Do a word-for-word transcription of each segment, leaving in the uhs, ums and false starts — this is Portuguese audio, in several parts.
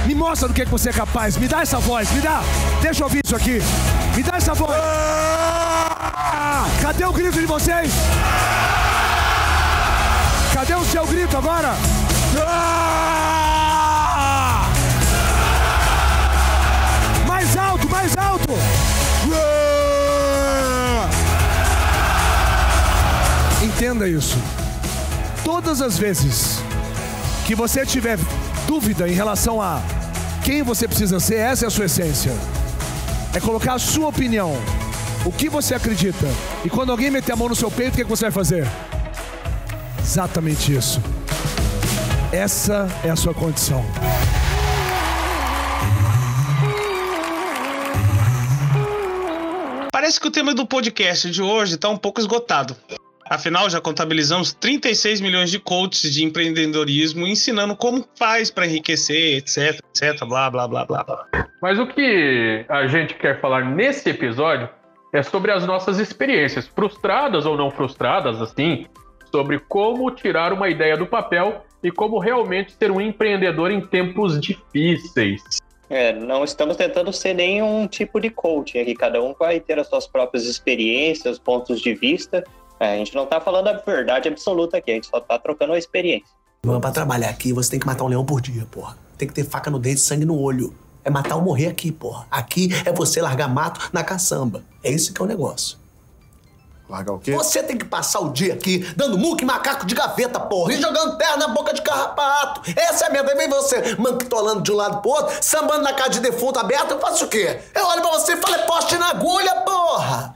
Me mostra do que você é capaz. Me dá essa voz, me dá. Deixa eu ouvir isso aqui. Me dá essa voz. Cadê o grito de vocês? Cadê o seu grito agora? Mais alto, mais alto. Entenda isso. Todas as vezes que você tiver dúvida em relação a quem você precisa ser, essa é a sua essência. É colocar a sua opinião, o que você acredita. E quando alguém meter a mão no seu peito, o que, é que você vai fazer? Exatamente isso. Essa é a sua condição. Parece que o tema do podcast de hoje está um pouco esgotado. Afinal, já contabilizamos trinta e seis milhões de coaches de empreendedorismo ensinando como faz para enriquecer, etc, etc, blá, blá, blá, blá, blá. Mas o que a gente quer falar nesse episódio é sobre as nossas experiências, frustradas ou não frustradas, assim, sobre como tirar uma ideia do papel e como realmente ser um empreendedor em tempos difíceis. É, não estamos tentando ser nenhum tipo de coaching aqui, cada um vai ter as suas próprias experiências, pontos de vista. É, a gente não tá falando a verdade absoluta aqui, a gente só tá trocando a experiência. Mano, pra trabalhar aqui, você tem que matar um leão por dia, porra. Tem que ter faca no dente e sangue no olho. É matar ou morrer aqui, porra. Aqui é você largar mato na caçamba. É isso que é o negócio. Largar o quê? Você tem que passar o dia aqui dando muque e macaco de gaveta, porra, e jogando terra na boca de carrapato. Essa é a merda. Vem você manquitolando de um lado pro outro, sambando na cara de defunto aberta, eu faço o quê? Eu olho pra você e falo, é poste na agulha, porra!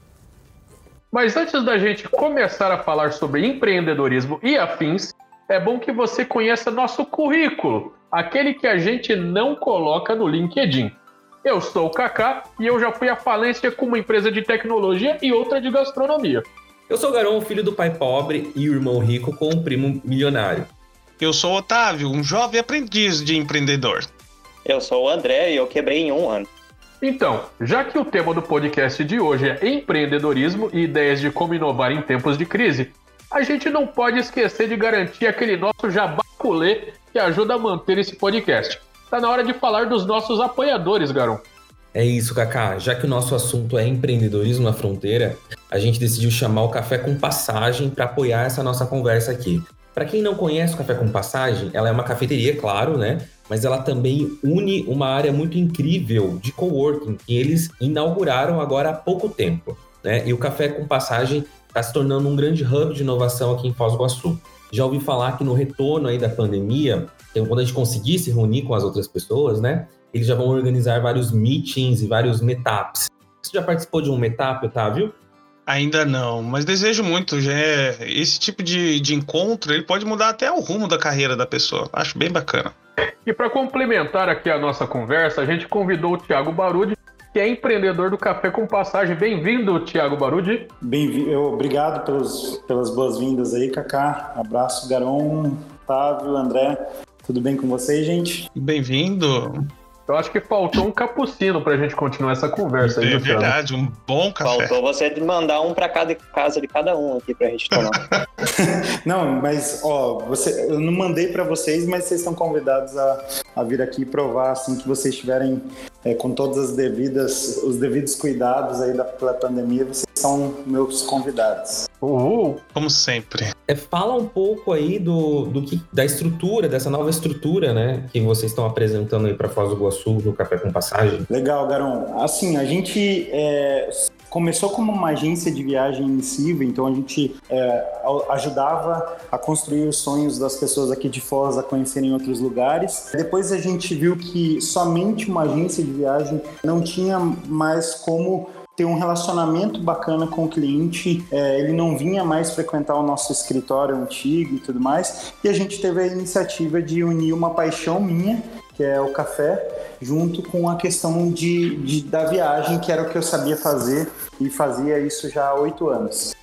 Mas antes da gente começar a falar sobre empreendedorismo e afins, é bom que você conheça nosso currículo, aquele que a gente não coloca no LinkedIn. Eu sou o Kaká e eu já fui à falência com uma empresa de tecnologia e outra de gastronomia. Eu sou o Garon, filho do pai pobre e o irmão rico com um primo milionário. Eu sou o Otávio, um jovem aprendiz de empreendedor. Eu sou o André e eu quebrei em um ano. Então, já que o tema do podcast de hoje é empreendedorismo e ideias de como inovar em tempos de crise, a gente não pode esquecer de garantir aquele nosso jabaculê que ajuda a manter esse podcast. Tá na hora de falar dos nossos apoiadores, Garon. É isso, Kaká. Já que o nosso assunto é empreendedorismo na fronteira, a gente decidiu chamar o Café com Passagem para apoiar essa nossa conversa aqui. Para quem não conhece o Café com Passagem, ela é uma cafeteria, claro, né? Mas ela também une uma área muito incrível de coworking que eles inauguraram agora há pouco tempo, né? E o Café com Passagem está se tornando um grande hub de inovação aqui em Foz do Iguaçu. Já ouvi falar que no retorno aí da pandemia, quando a gente conseguir se reunir com as outras pessoas, né? Eles já vão organizar vários meetings e vários meetups. Você já participou de um meetup, Otávio? Ainda não, mas desejo muito. Já é, esse tipo de, de encontro, ele pode mudar até o rumo da carreira da pessoa. Acho bem bacana. E para complementar aqui a nossa conversa, a gente convidou o Thiago Barudi, que é empreendedor do Café com Passagem. Bem-vindo, Thiago Barudi. Bem-vindo. Obrigado pelos, pelas boas-vindas aí, Kaká. Abraço, Garon, Otávio, André. Tudo bem com vocês, gente? Bem-vindo. Eu acho que faltou um capucino pra gente continuar essa conversa aí. É verdade, um bom café. Faltou você mandar um pra cada casa de cada um aqui pra gente tomar. Não, mas, ó, você, eu não mandei pra vocês, mas vocês estão convidados a, a vir aqui provar, assim que vocês estiverem é, com todas as devidas, os devidos cuidados aí da, pela pandemia, vocês são meus convidados. Uhul. Como sempre. É, fala um pouco aí do, do que, da estrutura, dessa nova estrutura, né, que vocês estão apresentando aí para Foz do Iguaçu no Café com Passagem. Legal, Garon. Assim, a gente é, começou como uma agência de viagem emissiva, então a gente é, ajudava a construir os sonhos das pessoas aqui de Foz a conhecerem outros lugares. Depois a gente viu que somente uma agência de viagem não tinha mais como ter um relacionamento bacana com o cliente, é, ele não vinha mais frequentar o nosso escritório antigo e tudo mais, e a gente teve a iniciativa de unir uma paixão minha, que é o café, junto com a questão de, de, da viagem, que era o que eu sabia fazer, e fazia isso já há oito anos.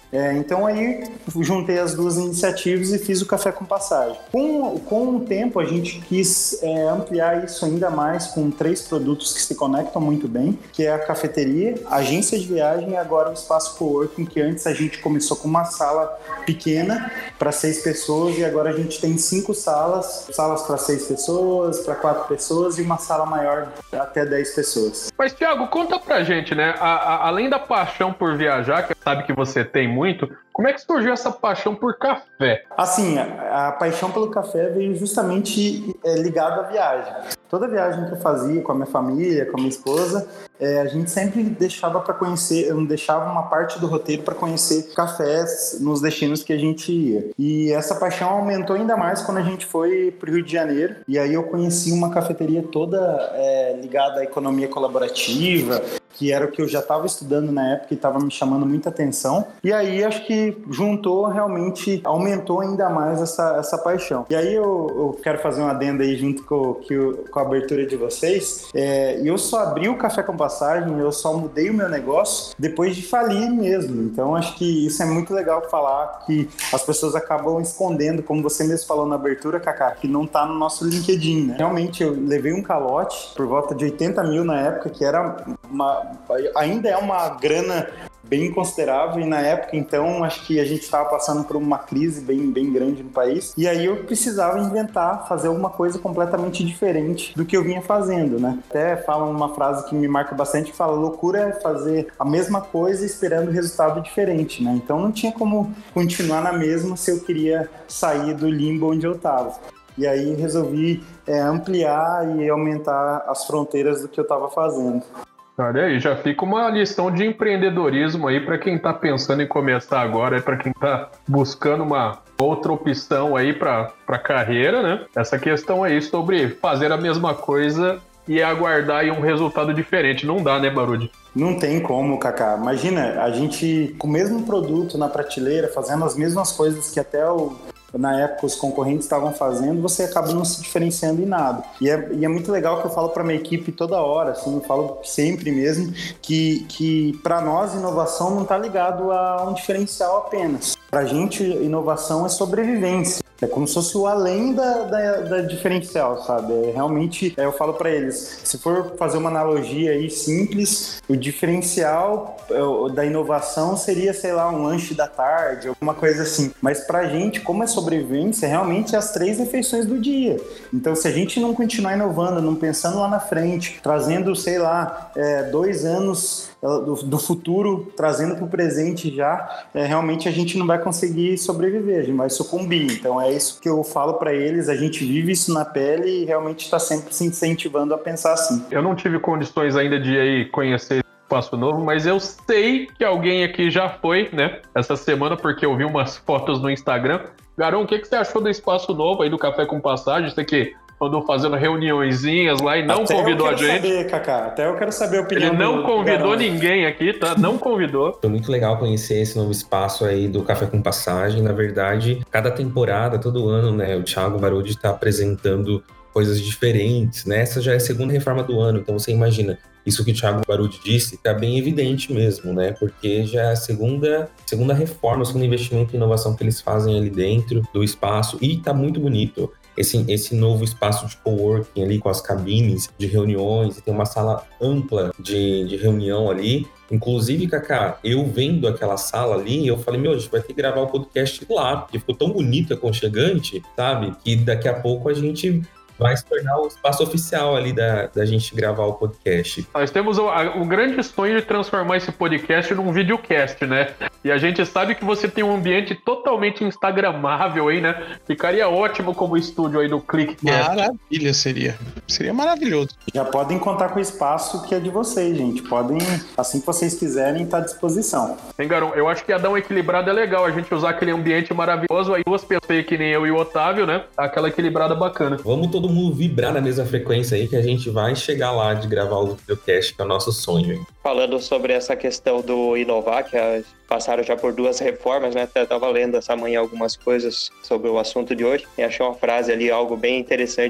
É, então aí juntei as duas iniciativas e fiz o Café com Passagem. Com, com o tempo a gente quis é, ampliar isso ainda mais com três produtos que se conectam muito bem, que é a cafeteria, a agência de viagem e agora o espaço coworking, que antes a gente começou com uma sala pequena para seis pessoas e agora a gente tem cinco salas, salas para seis pessoas, para quatro pessoas e uma sala maior até dez pessoas. Mas, Thiago, conta pra gente, né? A, a, além da paixão por viajar, que sabe que você tem muito, como é que surgiu essa paixão por café? Assim, a, a paixão pelo café veio justamente é, ligada à viagem. Toda viagem que eu fazia com a minha família, com a minha esposa, é, a gente sempre deixava para conhecer, eu deixava uma parte do roteiro para conhecer cafés nos destinos que a gente ia. E essa paixão aumentou ainda mais quando a gente foi para o Rio de Janeiro. E aí eu conheci uma cafeteria toda é, ligada à economia colaborativa, que era o que eu já estava estudando na época e estava me chamando muita atenção. E aí acho que juntou, realmente aumentou ainda mais essa, essa paixão. E aí eu, eu quero fazer uma adenda aí junto com, com a abertura de vocês. É, eu só abri o Café com Passagem, eu só mudei o meu negócio depois de falir mesmo. Então acho que isso é muito legal falar, que as pessoas acabam escondendo, como você mesmo falou na abertura, Kaká, que não tá no nosso LinkedIn, né? Realmente eu levei um calote por volta de oitenta mil na época, que era uma, ainda é uma grana bem considerável, e na época, então, acho que a gente estava passando por uma crise bem, bem grande no país, e aí eu precisava inventar, fazer alguma coisa completamente diferente do que eu vinha fazendo, né? Até falam uma frase que me marca bastante, que fala, loucura é fazer a mesma coisa esperando resultado diferente, né? Então não tinha como continuar na mesma se eu queria sair do limbo onde eu estava. E aí resolvi é, ampliar e aumentar as fronteiras do que eu estava fazendo. Olha aí, já fica uma lição de empreendedorismo aí para quem está pensando em começar agora, para quem está buscando uma outra opção aí para a carreira, né? Essa questão aí sobre fazer a mesma coisa e aguardar aí um resultado diferente. Não dá, né, Baruch? Não tem como, Kaká. Imagina, a gente com o mesmo produto na prateleira, fazendo as mesmas coisas que até o... na época os concorrentes estavam fazendo, você acaba não se diferenciando em nada. E é, e é muito legal que eu falo para minha equipe toda hora, assim, eu falo sempre mesmo, que, que para nós inovação não está ligado a um diferencial apenas. Para a gente, inovação é sobrevivência. É como se fosse o além da, da, da diferencial, sabe? É, realmente, é, eu falo para eles, se for fazer uma analogia aí simples, o diferencial é, da inovação seria, sei lá, um lanche da tarde, alguma coisa assim. Mas pra gente, como é sobrevivência, realmente é as três refeições do dia. Então, se a gente não continuar inovando, não pensando lá na frente, trazendo, sei lá, é, dois anos do, do futuro, trazendo pro presente já, é, realmente a gente não vai conseguir sobreviver, a gente vai sucumbir. Então, é isso que eu falo para eles, a gente vive isso na pele e realmente está sempre se incentivando a pensar assim. Eu não tive condições ainda de aí conhecer Espaço Novo, mas eu sei que alguém aqui já foi, né, essa semana, porque eu vi umas fotos no Instagram. Garão, o que, que você achou do Espaço Novo aí, do Café com Passagem? Você que andou fazendo reuniõezinhas lá e não até convidou a eu quero gente. Saber, Kaká, até eu quero saber a opinião. Ele não do, convidou do ninguém aqui, tá? Não convidou. Foi muito legal conhecer esse novo espaço aí do Café com Passagem. Na verdade, cada temporada, todo ano, né, o Thiago Baruch está apresentando coisas diferentes, né? Essa já é a segunda reforma do ano, então você imagina, isso que o Thiago Baruch disse tá bem evidente mesmo, né? Porque já é a segunda, segunda reforma, o segundo investimento em inovação que eles fazem ali dentro do espaço e tá muito bonito. Esse, esse novo espaço de coworking ali com as cabines de reuniões, e tem uma sala ampla de, de reunião ali. Inclusive, Kaká, eu vendo aquela sala ali, eu falei, meu, a gente vai ter que gravar o podcast lá, porque ficou tão bonito, aconchegante, sabe? Que daqui a pouco a gente vai se tornar o espaço oficial ali da, da gente gravar o podcast. Nós temos o, a, o grande sonho de transformar esse podcast num videocast, né? E a gente sabe que você tem um ambiente totalmente instagramável aí, né? Ficaria ótimo como estúdio aí do Clickcast. Maravilha seria. Seria maravilhoso. Já podem contar com o espaço que é de vocês, gente. Podem, assim que vocês quiserem, estar à disposição. Hein, Garão? Eu acho que ia dar um equilibrado é legal. A gente usar aquele ambiente maravilhoso. Aí duas pessoas aí que nem eu e o Otávio, né? Aquela equilibrada bacana. Vamos todo mundo vibrar na mesma frequência aí que a gente vai chegar lá de gravar o videocast, que é o nosso sonho, hein? Falando sobre essa questão do inovar, que passaram já por duas reformas, né? Até estava lendo essa manhã algumas coisas sobre o assunto de hoje e achei uma frase ali, algo bem interessante, né?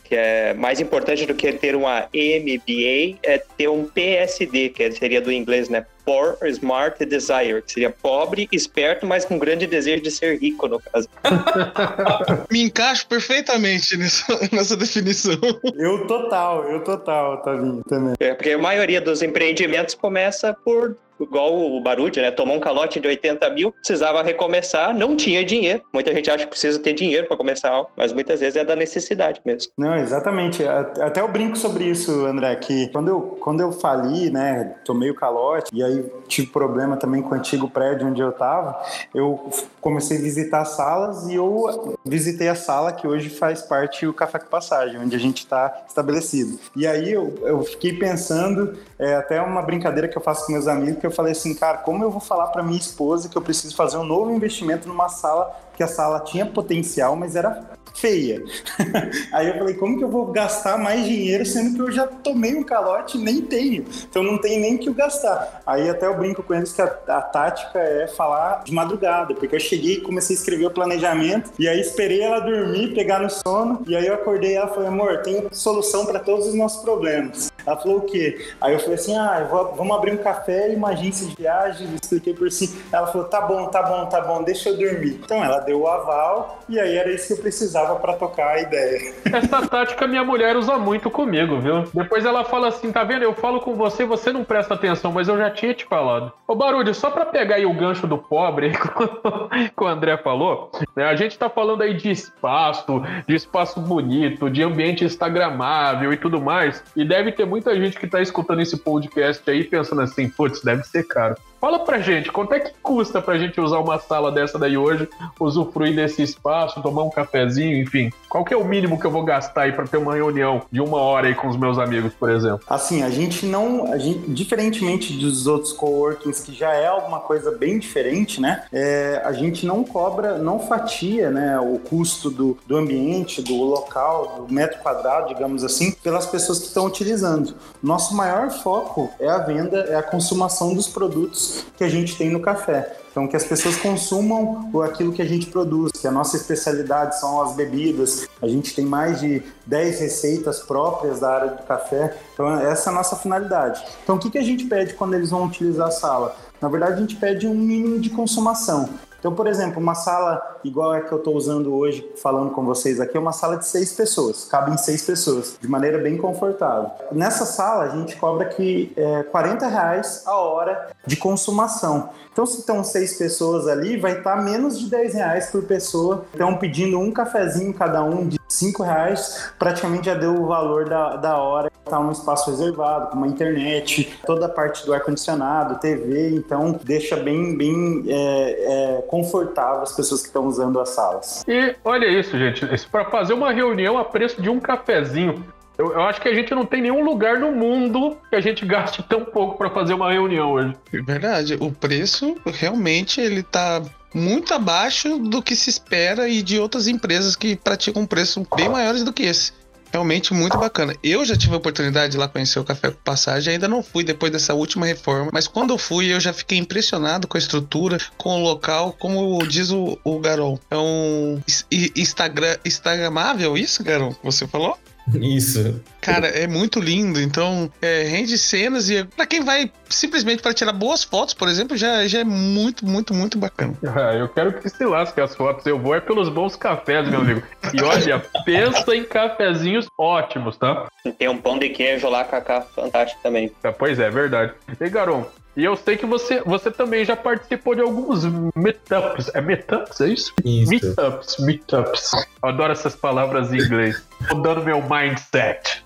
que é mais importante do que ter uma M B A, é ter um P S D, que seria do inglês, né? Poor, Smart Desire, que seria pobre, esperto, mas com grande desejo de ser rico, no caso. Me encaixo perfeitamente nessa, nessa definição. Eu total, eu total, Tavinho, também. É, porque a maioria dos empreendimentos começa por, igual o Baruch, né? Tomou um calote de oitenta mil, precisava recomeçar, não tinha dinheiro. Muita gente acha que precisa ter dinheiro para começar algo, mas muitas vezes é da necessidade mesmo. Não, exatamente. Até eu brinco sobre isso, André, que quando eu, quando eu fali, né, tomei o calote, e aí tive problema também com o antigo prédio onde eu estava, eu comecei a visitar salas e eu visitei a sala que hoje faz parte do Café com Passagem, onde a gente está estabelecido. E aí eu, eu fiquei pensando, é, até uma brincadeira que eu faço com meus amigos, que eu falei assim, cara, como eu vou falar para minha esposa que eu preciso fazer um novo investimento numa sala, que a sala tinha potencial, mas era feia. Aí eu falei, como que eu vou gastar mais dinheiro, sendo que eu já tomei um calote e nem tenho. Então não tem nem que eu gastar. Aí até eu brinco com eles que a, a tática é falar de madrugada, porque eu cheguei e comecei a escrever o planejamento, e aí esperei ela dormir, pegar no sono, e aí eu acordei e ela falou, amor, tem solução para todos os nossos problemas. Ela falou o quê? Aí eu falei assim, ah, eu vou, vamos abrir um café e uma agência de viagem, expliquei por si. Ela falou, tá bom, tá bom, tá bom, deixa eu dormir. Então ela deu o aval, e aí era isso que eu precisava para tocar a ideia. Essa tática minha mulher usa muito comigo, viu? Depois ela fala assim, tá vendo? Eu falo com você, você não presta atenção, mas eu já tinha te falado. Ô Barulho, só pra pegar aí o gancho do pobre, que o André falou, né? A gente tá falando aí de espaço, de espaço bonito, de ambiente instagramável e tudo mais, e deve ter muita gente que tá escutando esse podcast aí pensando assim, putz, deve ser caro. Fala pra gente, quanto é que custa pra gente usar uma sala dessa daí hoje, usufruir desse espaço, tomar um cafezinho, enfim. Qual que é o mínimo que eu vou gastar aí pra ter uma reunião de uma hora aí com os meus amigos, por exemplo? Assim, a gente não, a gente, diferentemente dos outros coworkings, que já é alguma coisa bem diferente, né? É, a gente não cobra, não fatia, né, o custo do, do ambiente, do local, do metro quadrado, digamos assim, pelas pessoas que estão utilizando. Nosso maior foco é a venda, é a consumação dos produtos que a gente tem no café. Então, que as pessoas consumam aquilo que a gente produz, que a nossa especialidade são as bebidas. A gente tem mais de dez receitas próprias da área do café. Então, essa é a nossa finalidade. Então, o que, que a gente pede quando eles vão utilizar a sala? Na verdade, a gente pede um mínimo de consumação. Então, por exemplo, uma sala igual a que eu estou usando hoje, falando com vocês aqui, é uma sala de seis pessoas, cabem seis pessoas, de maneira bem confortável. Nessa sala, a gente cobra aqui é, quarenta reais a hora de consumação. Então, se estão seis pessoas ali, vai estar menos de dez reais por pessoa. Então, pedindo um cafezinho cada um de cinco reais, praticamente já deu o valor da, da hora. Está num espaço reservado, com uma internet, toda a parte do ar-condicionado, T V, então deixa bem, bem é, é, confortável as pessoas que estão usando as salas. E olha isso, gente, para fazer uma reunião a preço de um cafezinho, eu, eu acho que a gente não tem nenhum lugar no mundo que a gente gaste tão pouco para fazer uma reunião hoje. É verdade, o preço realmente ele tá muito abaixo do que se espera e de outras empresas que praticam preços bem maiores do que esse. Realmente muito bacana. Eu já tive a oportunidade de ir lá conhecer o Café com Passagem, ainda não fui depois dessa última reforma, mas quando eu fui eu já fiquei impressionado com a estrutura, com o local, como diz o, o Garol. É um Instagram, instagramável isso, Garol? Você falou? Isso. Cara, é muito lindo, então é, rende cenas e pra quem vai simplesmente para tirar boas fotos, por exemplo, já, já é muito, muito, muito bacana. Ah, eu quero que se lasque as fotos, eu vou é pelos bons cafés, meu amigo. E olha, pensa em cafezinhos ótimos, tá? Tem um pão de queijo lá, Cacá, fantástico também. Ah, pois é, verdade. E Garon, e eu sei que você, você também já participou de alguns meetups. É meetups, é isso? Isso. Meetups, meetups. Eu adoro essas palavras em inglês. Mudando meu mindset.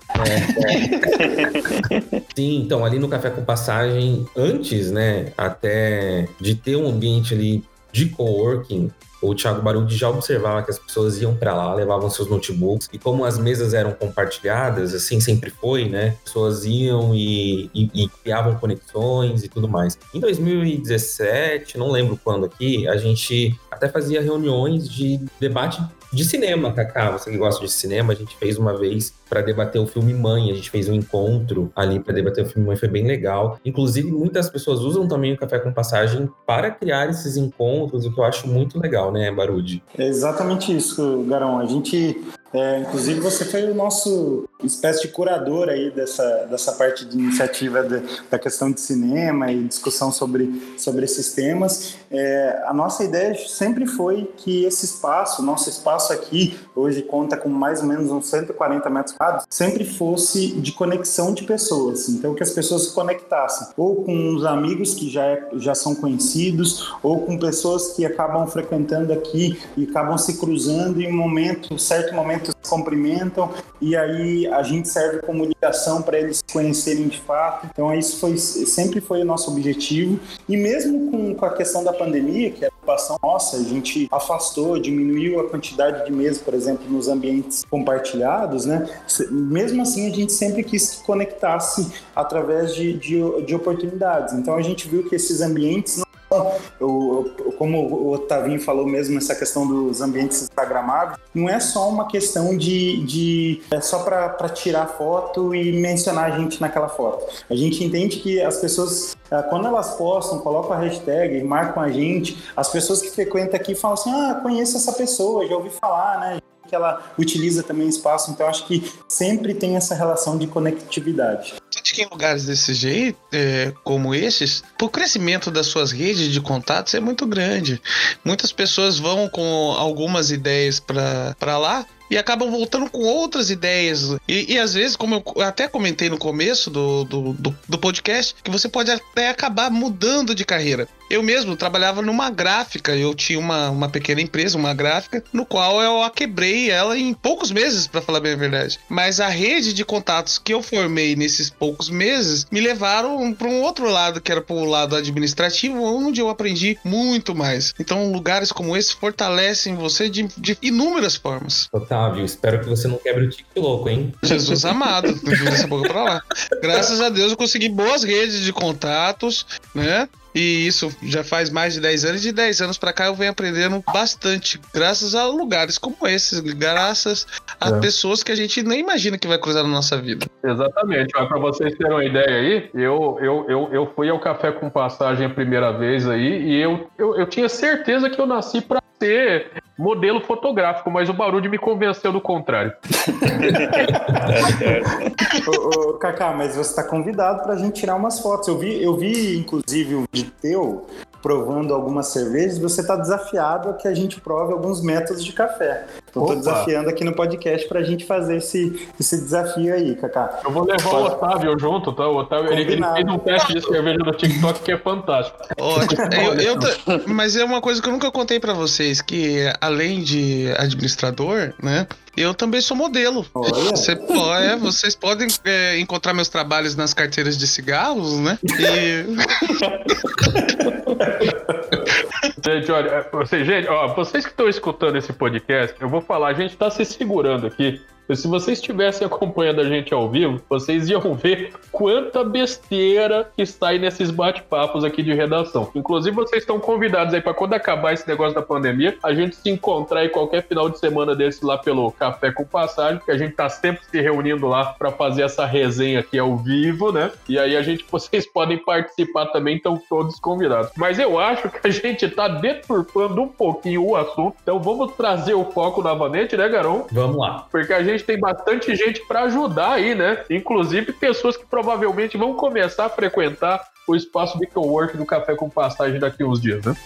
É, é. Sim, então ali no Café com Passagem, antes, né, até de ter um ambiente ali de coworking, o Thiago Baruch já observava que as pessoas iam para lá, levavam seus notebooks, e como as mesas eram compartilhadas, assim sempre foi, né? As pessoas iam e, e, e criavam conexões e tudo mais. Em dois mil e dezessete, não lembro quando aqui, a gente até fazia reuniões de debate de cinema, Cacá. Você que gosta de cinema, a gente fez uma vez para debater o filme Mãe. A gente fez um encontro ali para debater o filme Mãe, foi bem legal. Inclusive, muitas pessoas usam também o Café com Passagem para criar esses encontros, o que eu acho muito legal, né, Baruch? É exatamente isso, Garão. A gente... É, inclusive você foi o nosso espécie de curador aí dessa, dessa parte de iniciativa de, da questão de cinema e discussão sobre, sobre esses temas. É, a nossa ideia sempre foi que esse espaço, nosso espaço aqui, hoje conta com mais ou menos uns cento e quarenta metros quadrados, sempre fosse de conexão de pessoas. Então que as pessoas se conectassem ou com os amigos que já, é, já são conhecidos ou com pessoas que acabam frequentando aqui e acabam se cruzando em um momento, certo momento se cumprimentam e aí a gente serve como ligação para eles se conhecerem de fato. Então isso foi, sempre foi o nosso objetivo e mesmo com, com a questão da pandemia, que é a ocupação nossa, a gente afastou, diminuiu a quantidade de mesas, por exemplo, nos ambientes compartilhados, né? Mesmo assim a gente sempre quis que conectasse através de, de, de oportunidades. Então a gente viu que esses ambientes não Eu, eu, como o Otavinho falou mesmo, essa questão dos ambientes instagramáveis, não é só uma questão de, de é só para tirar foto e mencionar a gente naquela foto. A gente entende que as pessoas, quando elas postam, colocam a hashtag, marcam a gente, as pessoas que frequentam aqui falam assim, ah, conheço essa pessoa, já ouvi falar, né? Que ela utiliza também espaço, então acho que sempre tem essa relação de conectividade. Acho que em lugares desse jeito, é, como esses, o crescimento das suas redes de contatos é muito grande. Muitas pessoas vão com algumas ideias para lá e acabam voltando com outras ideias. E, e às vezes, como eu até comentei no começo do, do, do, do podcast, que você pode até acabar mudando de carreira. Eu mesmo trabalhava numa gráfica, eu tinha uma, uma pequena empresa, uma gráfica, no qual eu a quebrei ela em poucos meses, para falar bem a verdade. Mas a rede de contatos que eu formei nesses poucos meses me levaram para um outro lado, que era para o lado administrativo, onde eu aprendi muito mais. Então, lugares como esse fortalecem você de, de inúmeras formas. Otávio, espero que você não quebre o tique louco, hein? Jesus amado, essa boca pra lá. Graças a Deus eu consegui boas redes de contatos, né? E isso já faz mais de dez anos. De dez anos pra cá eu venho aprendendo bastante, graças a lugares como esses, graças a é. pessoas que a gente nem imagina que vai cruzar na nossa vida. Exatamente. Para vocês terem uma ideia aí, eu, eu, eu, eu fui ao Café com Passagem a primeira vez aí e eu, eu, eu tinha certeza que eu nasci pra ser modelo fotográfico, mas o Baruch me convenceu do contrário. ô, ô, Kaká, mas você está convidado para a gente tirar umas fotos. Eu vi, eu vi inclusive um vídeo teu provando algumas cervejas. Você está desafiado a que a gente prove alguns métodos de café. Então estou desafiando aqui no podcast para a gente fazer esse, esse desafio aí, Kaká. Eu vou levar Pode. o Otávio junto, tá? O Otávio ele, ele fez um teste de cerveja no TikTok que é fantástico. Ótimo. Eu, eu, mas é uma coisa que eu nunca contei para vocês, que além de administrador, né? Eu também sou modelo. Você pode, é, vocês podem é, encontrar meus trabalhos nas carteiras de cigarros, né? E... Gente, olha, vocês, gente, ó, vocês que estão escutando esse podcast, eu vou falar, a gente está se segurando aqui. Se vocês estivessem acompanhando a gente ao vivo, vocês iam ver quanta besteira que está aí nesses bate-papos aqui de redação. Inclusive, vocês estão convidados aí para quando acabar esse negócio da pandemia, a gente se encontrar aí qualquer final de semana desse lá pelo Café com Passagem, que a gente tá sempre se reunindo lá para fazer essa resenha aqui ao vivo, né? E aí a gente, vocês podem participar também, estão todos convidados. Mas eu acho que a gente tá deturpando um pouquinho o assunto, então vamos trazer o foco novamente, né, Garão? Vamos lá. Porque a gente tem bastante gente para ajudar aí, né? Inclusive pessoas que provavelmente vão começar a frequentar o espaço de cowork do Café com Passagem daqui a uns dias, né?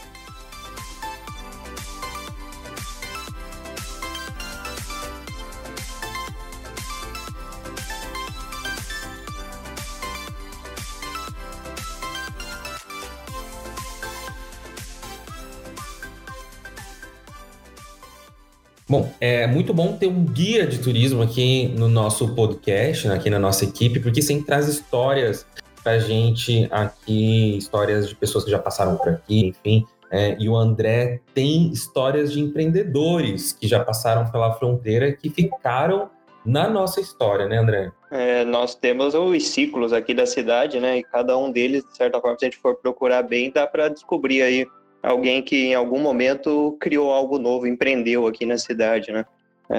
Bom, é muito bom ter um guia de turismo aqui no nosso podcast, aqui na nossa equipe, porque sempre traz histórias pra gente aqui, histórias de pessoas que já passaram por aqui, enfim. É, e o André tem histórias de empreendedores que já passaram pela fronteira, que ficaram na nossa história, né, André? É, nós temos os ciclos aqui da cidade, né? E cada um deles, de certa forma, se a gente for procurar bem, dá para descobrir aí alguém que em algum momento criou algo novo, empreendeu aqui na cidade, né? É,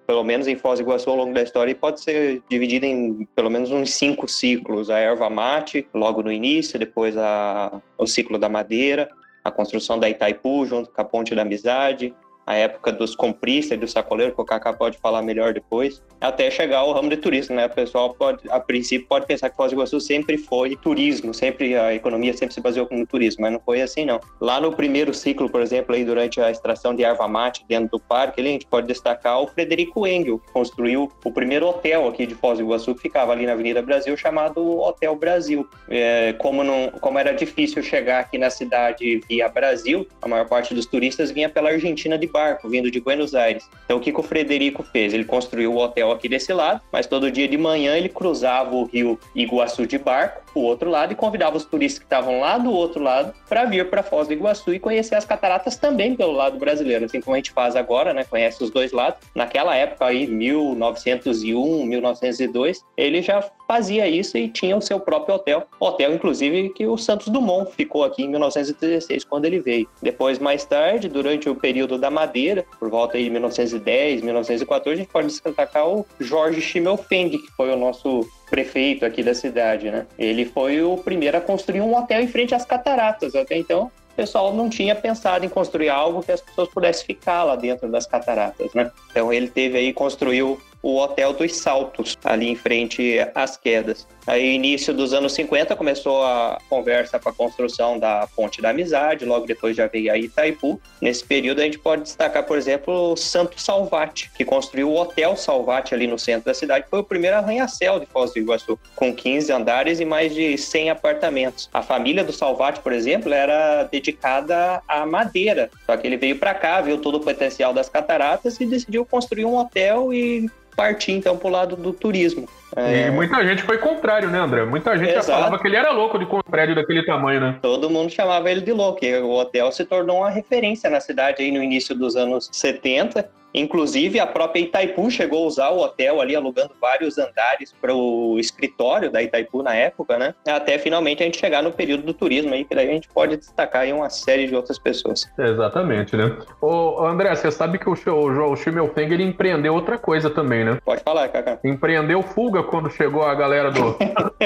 pelo menos em Foz do Iguaçu, ao longo da história, pode ser dividida em pelo menos uns cinco ciclos. A erva mate, logo no início, depois a, o ciclo da madeira, a construção da Itaipu, junto com a Ponte da Amizade, a época dos compristas e do sacoleiro, que o Kaká pode falar melhor depois, até chegar ao ramo de turismo, né? O pessoal, pode, a princípio, pode pensar que Foz do Iguaçu sempre foi turismo, sempre a economia sempre se baseou no turismo, mas não foi assim, não. Lá no primeiro ciclo, por exemplo, aí, durante a extração de erva mate dentro do parque, ali, a gente pode destacar o Frederico Engel, que construiu o primeiro hotel aqui de Foz do Iguaçu, que ficava ali na Avenida Brasil, chamado Hotel Brasil. É, como, não, como era difícil chegar aqui na cidade via Brasil, a maior parte dos turistas vinha pela Argentina de barco, vindo de Buenos Aires. Então, o que, que o Frederico fez? Ele construiu o hotel aqui desse lado, mas todo dia de manhã ele cruzava o rio Iguaçu de barco, o outro lado, e convidava os turistas que estavam lá do outro lado para vir para Foz do Iguaçu e conhecer as cataratas também pelo lado brasileiro, assim como a gente faz agora, né? Conhece os dois lados. Naquela época aí, mil novecentos e um, mil novecentos e dois, ele já fazia isso e tinha o seu próprio hotel. Hotel, inclusive, que o Santos Dumont ficou aqui em mil novecentos e dezesseis, quando ele veio. Depois, mais tarde, durante o período da Madeira, por volta de mil novecentos e dez, mil novecentos e quatorze, a gente pode destacar o Jorge Schimmelfeng, que foi o nosso prefeito aqui da cidade, né? Ele foi o primeiro a construir um hotel em frente às cataratas. Até então, o pessoal não tinha pensado em construir algo que as pessoas pudessem ficar lá dentro das cataratas, né? Então, ele teve aí, construiu o Hotel dos Saltos, ali em frente às quedas. Aí, início dos anos cinquenta, começou a conversa para a construção da Ponte da Amizade, logo depois já veio a Itaipu. Nesse período, a gente pode destacar, por exemplo, o Santo Salvati, que construiu o Hotel Salvati ali no centro da cidade, foi o primeiro arranha-céu de Foz do Iguaçu, com quinze andares e mais de cem apartamentos. A família do Salvati, por exemplo, era dedicada à madeira, só que ele veio para cá, viu todo o potencial das cataratas e decidiu construir um hotel e partir, então, para o lado do turismo. É... E muita gente foi contrário, né, André? Muita gente já falava que ele era louco de com um prédio daquele tamanho, né? Todo mundo chamava ele de louco. E o hotel se tornou uma referência na cidade aí no início dos anos setenta. Inclusive, a própria Itaipu chegou a usar o hotel ali, alugando vários andares para o escritório da Itaipu na época, né? Até finalmente a gente chegar no período do turismo aí, que daí a gente pode destacar aí uma série de outras pessoas. Exatamente, né? Ô, André, você sabe que o, o, o Schimmelfeng, ele empreendeu outra coisa também, né? Pode falar, Kaká. Empreendeu fuga quando chegou a galera do...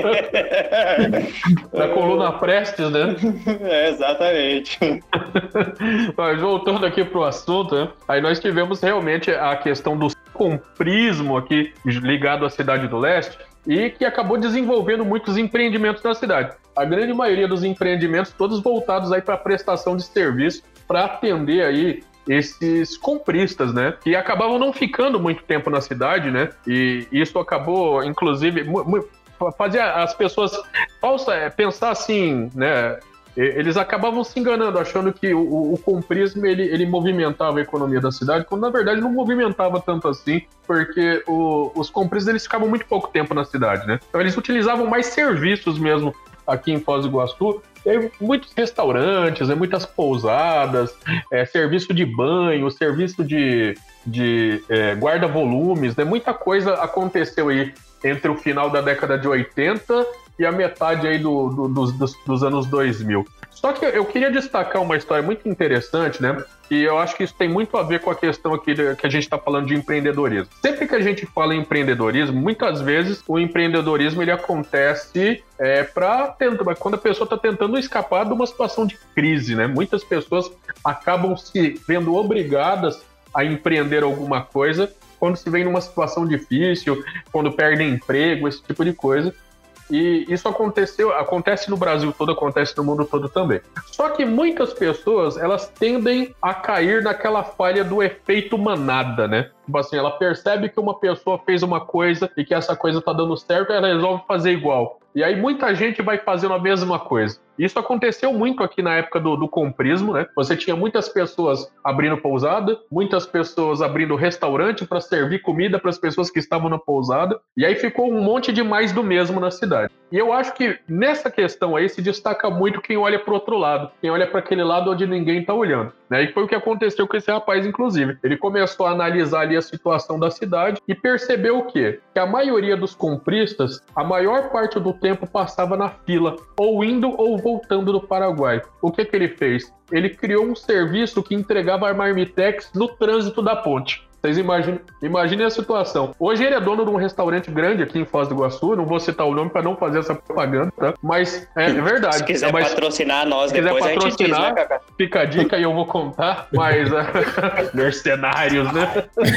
da coluna Prestes, né? É, exatamente. Mas voltando aqui pro assunto, né? Aí nós tivemos realmente a questão do comprismo aqui ligado à Cidade do Leste e que acabou desenvolvendo muitos empreendimentos na cidade. A grande maioria dos empreendimentos todos voltados aí para prestação de serviço para atender aí esses compristas, né? Que acabavam não ficando muito tempo na cidade, né? E isso acabou, inclusive, fazia as pessoas pensar assim, né? Eles acabavam se enganando, achando que o, o comprismo ele, ele movimentava a economia da cidade, quando na verdade não movimentava tanto assim, porque o, os compristas eles ficavam muito pouco tempo na cidade, né? Então eles utilizavam mais serviços mesmo aqui em Foz do Iguaçu, tem muitos restaurantes, né, muitas pousadas, é, serviço de banho, serviço de, de é, guarda-volumes, né? Muita coisa aconteceu aí entre o final da década de oitenta e a metade aí do, do, dos, dos, dos anos dois mil. Só que eu queria destacar uma história muito interessante, né? E eu acho que isso tem muito a ver com a questão aqui de, que a gente está falando de empreendedorismo. Sempre que a gente fala em empreendedorismo, muitas vezes o empreendedorismo ele acontece é, para tentar, quando a pessoa está tentando escapar de uma situação de crise, né? Muitas pessoas acabam se vendo obrigadas a empreender alguma coisa quando se vem numa situação difícil, quando perdem emprego, esse tipo de coisa. E isso aconteceu, acontece no Brasil todo, acontece no mundo todo também. Só que muitas pessoas, elas tendem a cair naquela falha do efeito manada, né? Tipo assim, ela percebe que uma pessoa fez uma coisa e que essa coisa tá dando certo, ela resolve fazer igual. E aí muita gente vai fazendo a mesma coisa. Isso aconteceu muito aqui na época do, do comprismo, né? Você tinha muitas pessoas abrindo pousada, muitas pessoas abrindo restaurante para servir comida para as pessoas que estavam na pousada, e aí ficou um monte de mais do mesmo na cidade. E eu acho que nessa questão aí se destaca muito quem olha para o outro lado, quem olha para aquele lado onde ninguém está olhando, né? E foi o que aconteceu com esse rapaz, inclusive. Ele começou a analisar ali a situação da cidade e percebeu o quê? Que a maioria dos compristas, a maior parte do tempo passava na fila, ou indo ou voltando do Paraguai. O que que ele fez? Ele criou um serviço que entregava a marmitex no trânsito da ponte. Vocês imaginem, imaginem a situação. Hoje ele é dono de um restaurante grande aqui em Foz do Iguaçu, não vou citar o nome para não fazer essa propaganda, tá? Mas é, é verdade. Se quiser mas, patrocinar nós se depois, quiser patrocinar, a gente diz, né, Cacá? Fica a dica e eu vou contar, mas... mercenários, né?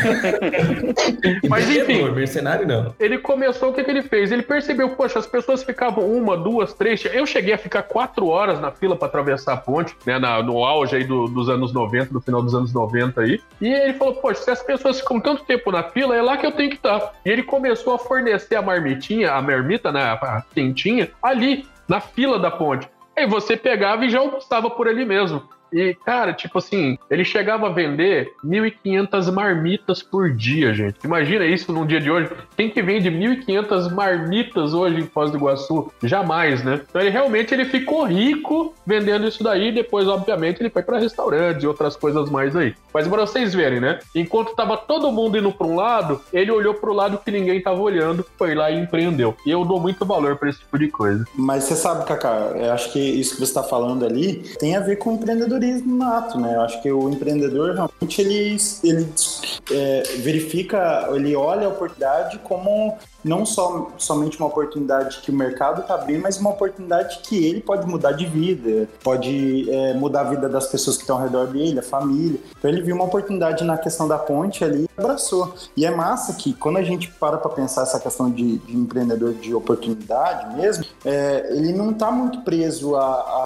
Mas enfim... mercenário não. Ele começou, o que, que ele fez? Ele percebeu, poxa, as pessoas ficavam uma, duas, três... Eu cheguei a ficar quatro horas na fila para atravessar a ponte, né, na, no auge aí do, dos anos noventa, no final dos anos noventa aí. E ele falou, poxa, se as pessoas ficam tanto tempo na fila, é lá que eu tenho que estar. E ele começou a fornecer a marmitinha, a marmita, né, a quentinha, ali, na fila da ponte. Aí você pegava e já almoçava por ali mesmo. E, cara, tipo assim, ele chegava a vender mil e quinhentas marmitas por dia, gente. Imagina isso num dia de hoje. Quem que vende mil e quinhentas marmitas hoje em Foz do Iguaçu? Jamais, né? Então ele realmente ele ficou rico vendendo isso daí. E depois, obviamente, ele foi para restaurantes e outras coisas mais aí. Mas para vocês verem, né? Enquanto tava todo mundo indo para um lado, ele olhou para o lado que ninguém tava olhando, foi lá e empreendeu. E eu dou muito valor para esse tipo de coisa. Mas você sabe, Cacá, eu acho que isso que você está falando ali tem a ver com empreendedorismo nato, né? Eu acho que o empreendedor realmente ele, ele é, verifica, ele olha a oportunidade como não só, somente uma oportunidade que o mercado está abrindo, mas uma oportunidade que ele pode mudar de vida, pode é, mudar a vida das pessoas que estão ao redor dele, a família. Então ele viu uma oportunidade na questão da ponte ali e abraçou. E é massa que quando a gente para para pensar essa questão de, de empreendedor de oportunidade mesmo, é, ele não está muito preso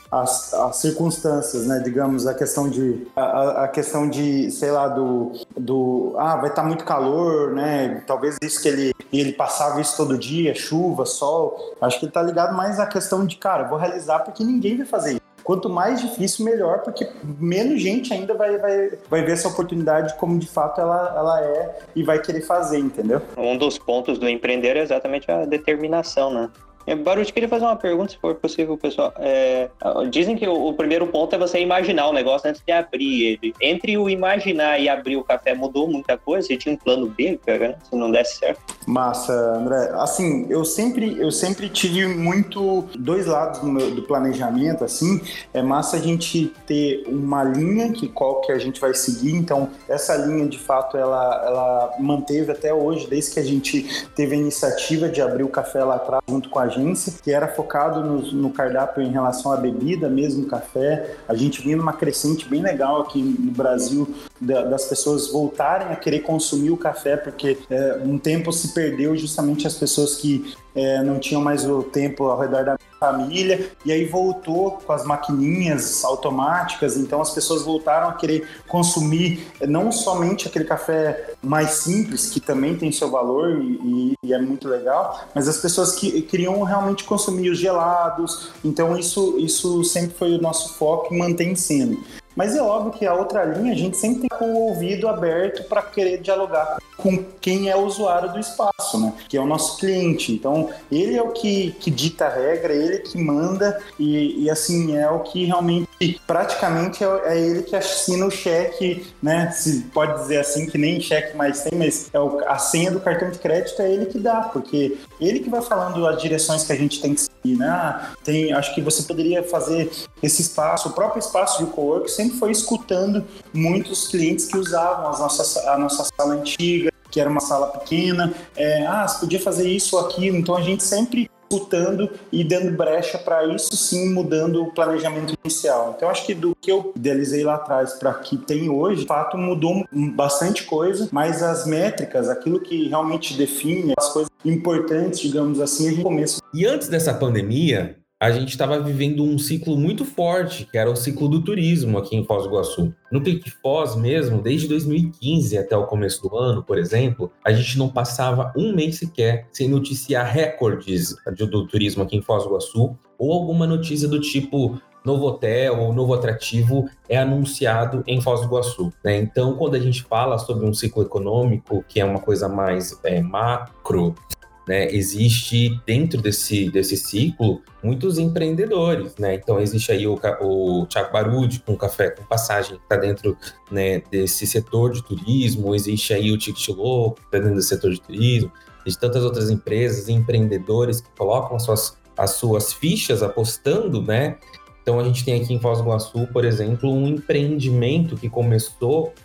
às circunstâncias, né? Digamos, a questão de, a, a questão de, sei lá, do, do ah, vai estar tá muito calor, né? Talvez isso que ele, ele passava isso todo dia, chuva, sol. Acho que ele tá ligado mais à questão de, cara, vou realizar porque ninguém vai fazer isso. Quanto mais difícil, melhor, porque menos gente ainda vai, vai, vai ver essa oportunidade como de fato ela, ela é e vai querer fazer, entendeu? Um dos pontos do empreender é exatamente a determinação, né? Baruch, queria fazer uma pergunta, se for possível, pessoal. É, dizem que o, o primeiro ponto é você imaginar o negócio antes de abrir ele. Entre o imaginar e abrir o café mudou muita coisa? Você tinha um plano B, cara, se não desse certo? Massa, André. Assim, eu sempre, eu sempre tive muito dois lados do, meu, do planejamento, assim. É massa a gente ter uma linha que qual que a gente vai seguir. Então, essa linha, de fato, ela, ela manteve até hoje, desde que a gente teve a iniciativa de abrir o café lá atrás, junto com a gente, que era focado no, no cardápio em relação à bebida, mesmo café. A gente vinha numa crescente bem legal aqui no Brasil, da, das pessoas voltarem a querer consumir o café, porque é, um tempo se perdeu justamente as pessoas que é, não tinham mais o tempo ao redor da família, e aí voltou com as maquininhas automáticas, então as pessoas voltaram a querer consumir não somente aquele café mais simples, que também tem seu valor e, e é muito legal, mas as pessoas que queriam realmente consumir os gelados, então isso, isso sempre foi o nosso foco e mantém sendo. Mas é óbvio que a outra linha a gente sempre tem o ouvido aberto para querer dialogar com quem é o usuário do espaço, né? Que é o nosso cliente. Então, ele é o que, que dita a regra, ele é que manda e, e assim, é o que realmente, praticamente, é, é ele que assina o cheque, né? Se pode dizer assim, que nem cheque mais tem, mas é o, a senha do cartão de crédito é ele que dá, porque ele que vai falando as direções que a gente tem que seguir, né? Ah, tem, acho que você poderia fazer esse espaço, o próprio espaço de cowork sempre foi escutando muitos clientes que usavam as nossas, a nossa sala antiga, que era uma sala pequena, é, ah, você podia fazer isso ou aquilo, então a gente sempre escutando e dando brecha para isso sim, mudando o planejamento inicial. Então acho que do que eu idealizei lá atrás para que tem hoje, de fato mudou bastante coisa, mas as métricas, aquilo que realmente define as coisas importantes, digamos assim, a gente começa. E antes dessa pandemia, a gente estava vivendo um ciclo muito forte, que era o ciclo do turismo aqui em Foz do Iguaçu. No Clique Foz mesmo, desde dois mil e quinze até o começo do ano, por exemplo, a gente não passava um mês sequer sem noticiar recordes do turismo aqui em Foz do Iguaçu, ou alguma notícia do tipo novo hotel ou novo atrativo é anunciado em Foz do Iguaçu, né? Então, quando a gente fala sobre um ciclo econômico, que é uma coisa mais é, macro, né, existe dentro desse, desse ciclo muitos empreendedores, né? Então existe aí o, o Thiago Baruch com Café com Passagem, que está dentro, né, desse setor de turismo, existe aí o Ticket Louco, que está dentro desse setor de turismo, existe tantas outras empresas e empreendedores que colocam as suas, as suas fichas apostando, né? Então a gente tem aqui em Foz do Iguaçu, por exemplo, um empreendimento que começou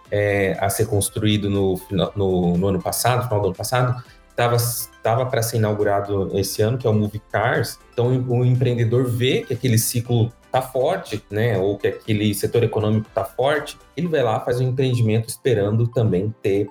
é, a ser construído no, no, no ano passado, no final do ano passado, estava para ser inaugurado esse ano, que é o Movie Cars. Então, o empreendedor vê que aquele ciclo está forte, né, ou que aquele setor econômico está forte, ele vai lá, faz um empreendimento esperando também ter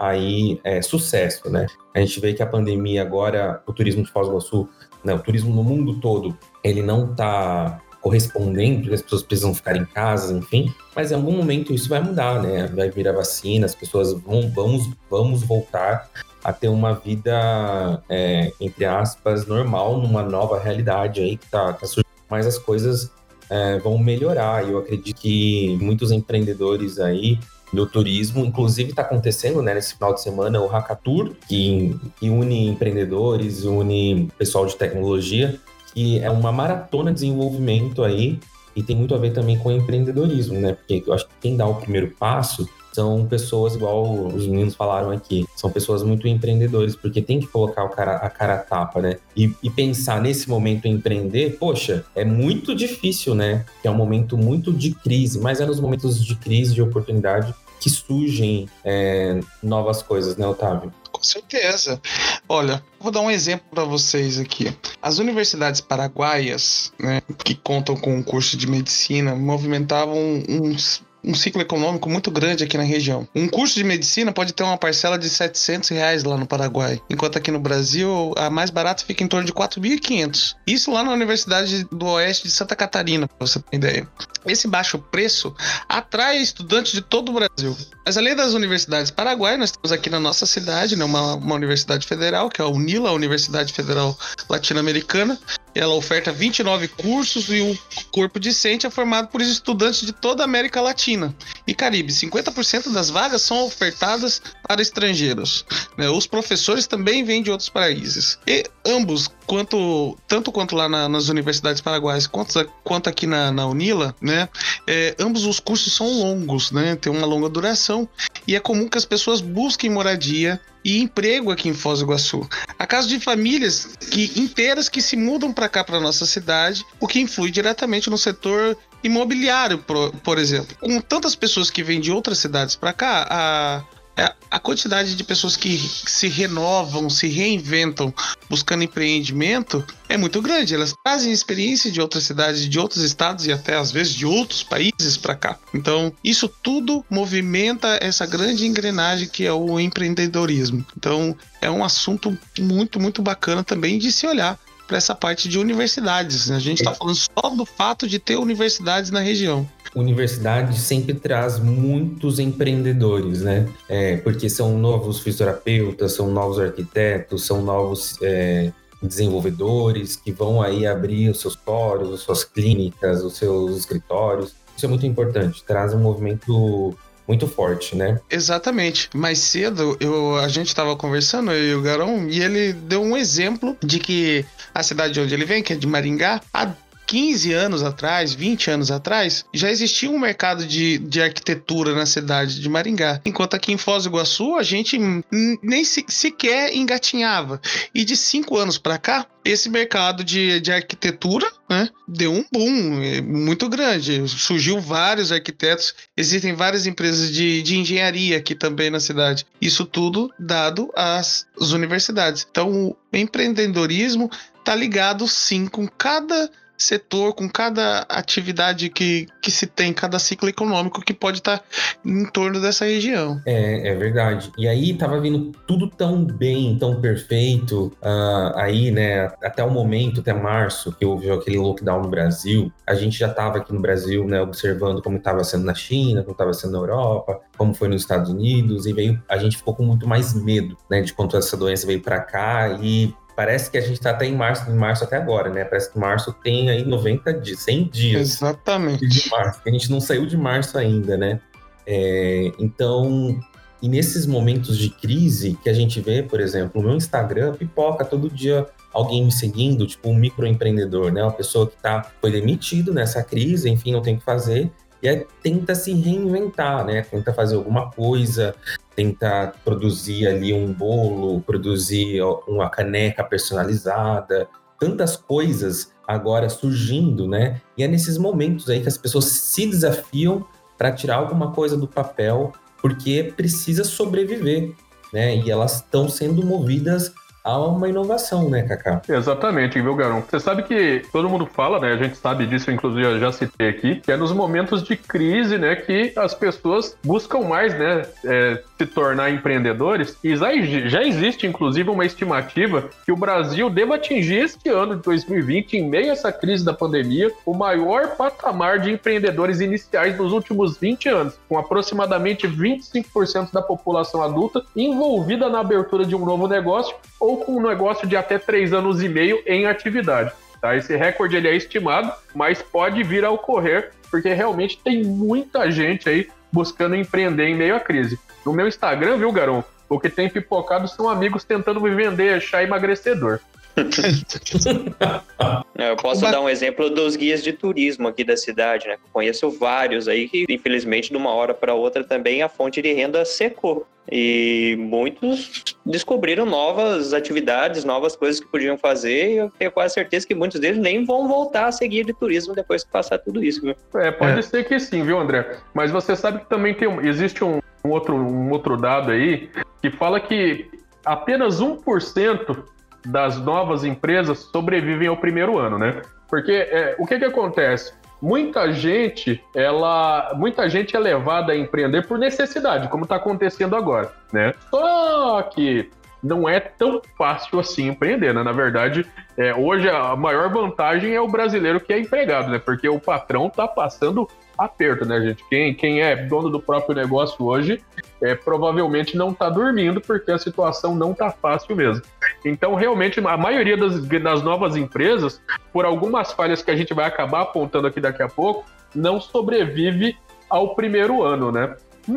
aí é, sucesso, né? A gente vê que a pandemia agora, o turismo de Foz do Iguaçu, né, o turismo no mundo todo, ele não está correspondendo, porque as pessoas precisam ficar em casa, enfim, mas em algum momento isso vai mudar, né? Vai vir a vacina, as pessoas vão, vamos, vamos voltar a ter uma vida, é, entre aspas, normal, numa nova realidade aí que tá, tá surgindo, mas as coisas é, vão melhorar. E eu acredito que muitos empreendedores aí do turismo, inclusive está acontecendo, né, nesse final de semana, o Hackatour, que, que une empreendedores, une pessoal de tecnologia, que é uma maratona de desenvolvimento aí, e tem muito a ver também com o empreendedorismo, né? Porque eu acho que quem dá o primeiro passo são pessoas, igual os meninos falaram aqui, são pessoas muito empreendedores, porque tem que colocar o cara, a cara a tapa, né? E, e pensar nesse momento em empreender, poxa, é muito difícil, né? Que é um momento muito de crise, mas é nos momentos de crise, de oportunidade, que surgem é, novas coisas, né, Otávio? Com certeza. Olha, vou dar um exemplo para vocês aqui. As universidades paraguaias, né, que contam com o curso de medicina, movimentavam uns um ciclo econômico muito grande aqui na região. Um curso de medicina pode ter uma parcela de setecentos reais lá no Paraguai, enquanto aqui no Brasil a mais barata fica em torno de quatro mil e quinhentos. Isso lá na Universidade do Oeste de Santa Catarina, para você ter ideia. Esse baixo preço atrai estudantes de todo o Brasil. Mas além das universidades paraguaias, nós temos aqui na nossa cidade, né, uma, uma universidade federal, que é a UNILA, a Universidade Federal Latino-Americana. Ela oferta vinte e nove cursos e o corpo docente é formado por estudantes de toda a América Latina e Caribe. cinquenta por cento das vagas são ofertadas para estrangeiros, né? Os professores também vêm de outros países. E ambos, quanto, tanto quanto lá na, nas universidades paraguaias quanto, quanto aqui na, na UNILA, né? É, ambos os cursos são longos, né? Tem uma longa duração e é comum que as pessoas busquem moradia e emprego aqui em Foz do Iguaçu. Há casos de famílias que, inteiras que se mudam para cá, para nossa cidade, o que influi diretamente no setor imobiliário, por, por exemplo. Com tantas pessoas que vêm de outras cidades para cá, a, a quantidade de pessoas que se renovam, se reinventam buscando empreendimento é muito grande. Elas trazem experiência de outras cidades, de outros estados e até às vezes de outros países para cá. Então, isso tudo movimenta essa grande engrenagem que é o empreendedorismo. Então, é um assunto muito, muito bacana também de se olhar para essa parte de universidades. A gente está falando só do fato de ter universidades na região. Universidade sempre traz muitos empreendedores, né? É, porque são novos fisioterapeutas, são novos arquitetos, são novos é, desenvolvedores que vão aí abrir os seus fóruns, as suas clínicas, os seus escritórios. Isso é muito importante, traz um movimento muito forte, né? Exatamente. Mais cedo, eu, a gente estava conversando, eu e o Garão, e ele deu um exemplo de que a cidade de onde ele vem, que é de Maringá, há quinze anos atrás, vinte anos atrás, já existia um mercado de, de arquitetura na cidade de Maringá. Enquanto aqui em Foz do Iguaçu, a gente nem se, sequer engatinhava. E de cinco anos para cá, esse mercado de, de arquitetura, né, deu um boom muito grande. Surgiu vários arquitetos, existem várias empresas de, de engenharia aqui também na cidade. Isso tudo dado às, às universidades. Então, o empreendedorismo está ligado, sim, com cada setor, com cada atividade que, que se tem, cada ciclo econômico que pode estar em torno dessa região. É, é verdade. E aí tava vindo tudo tão bem, tão perfeito, uh, aí, né, até o momento, até março, que houve aquele lockdown no Brasil, a gente já tava aqui no Brasil, né, observando como estava sendo na China, como estava sendo na Europa, como foi nos Estados Unidos, e veio, a gente ficou com muito mais medo, né, de quando essa doença veio para cá e parece que a gente está até em março, em março até agora, né? Parece que março tem aí noventa dias, cem dias. Exatamente. De março. A gente não saiu de março ainda, né? É, então, e nesses momentos de crise que a gente vê, por exemplo, no meu Instagram, pipoca todo dia alguém me seguindo, tipo um microempreendedor, né? Uma pessoa que tá, foi demitido nessa crise, enfim, não tem o que fazer. E aí tenta se reinventar, né? Tenta fazer alguma coisa, tenta produzir ali um bolo, produzir uma caneca personalizada, tantas coisas agora surgindo, né? E é nesses momentos aí que as pessoas se desafiam para tirar alguma coisa do papel porque precisa sobreviver, né? E elas estão sendo movidas a uma inovação, né, Cacá? Exatamente, viu, Garão? Você sabe que todo mundo fala, né? A gente sabe disso, inclusive eu já citei aqui, que é nos momentos de crise, né, que as pessoas buscam mais, né, é, se tornar empreendedores. E já, já existe, inclusive, uma estimativa que o Brasil deva atingir este ano de dois mil e vinte, em meio a essa crise da pandemia, o maior patamar de empreendedores iniciais dos últimos vinte anos, com aproximadamente vinte e cinco por cento da população adulta envolvida na abertura de um novo negócio ou com um negócio de até três anos e meio em atividade. Tá? Esse recorde ele é estimado, mas pode vir a ocorrer, porque realmente tem muita gente aí buscando empreender em meio à crise. No meu Instagram, viu, Garão? O que tem pipocado são amigos tentando me vender chá emagrecedor. Eu posso dar um exemplo dos guias de turismo aqui da cidade, né? Conheço vários aí que, infelizmente, de uma hora para outra também a fonte de renda secou. E muitos descobriram novas atividades, novas coisas que podiam fazer, e eu tenho quase certeza que muitos deles nem vão voltar a seguir de turismo depois que passar tudo isso, viu? É, pode é. ser que sim, viu, André? Mas você sabe que também tem, existe um, um, outro, um outro dado aí que fala que apenas um por cento das novas empresas sobrevivem ao primeiro ano, né? Porque é, o que que acontece? Muita gente, ela, muita gente é levada a empreender por necessidade, como está acontecendo agora, né? Só que não é tão fácil assim empreender, né? Na verdade, é, hoje a maior vantagem é o brasileiro que é empregado, né? Porque o patrão está passando aperto, né, gente? Quem, quem é dono do próprio negócio hoje é, provavelmente não está dormindo, porque a situação não está fácil mesmo. Então, realmente, a maioria das, das novas empresas, por algumas falhas que a gente vai acabar apontando aqui daqui a pouco, não sobrevive ao primeiro ano, né?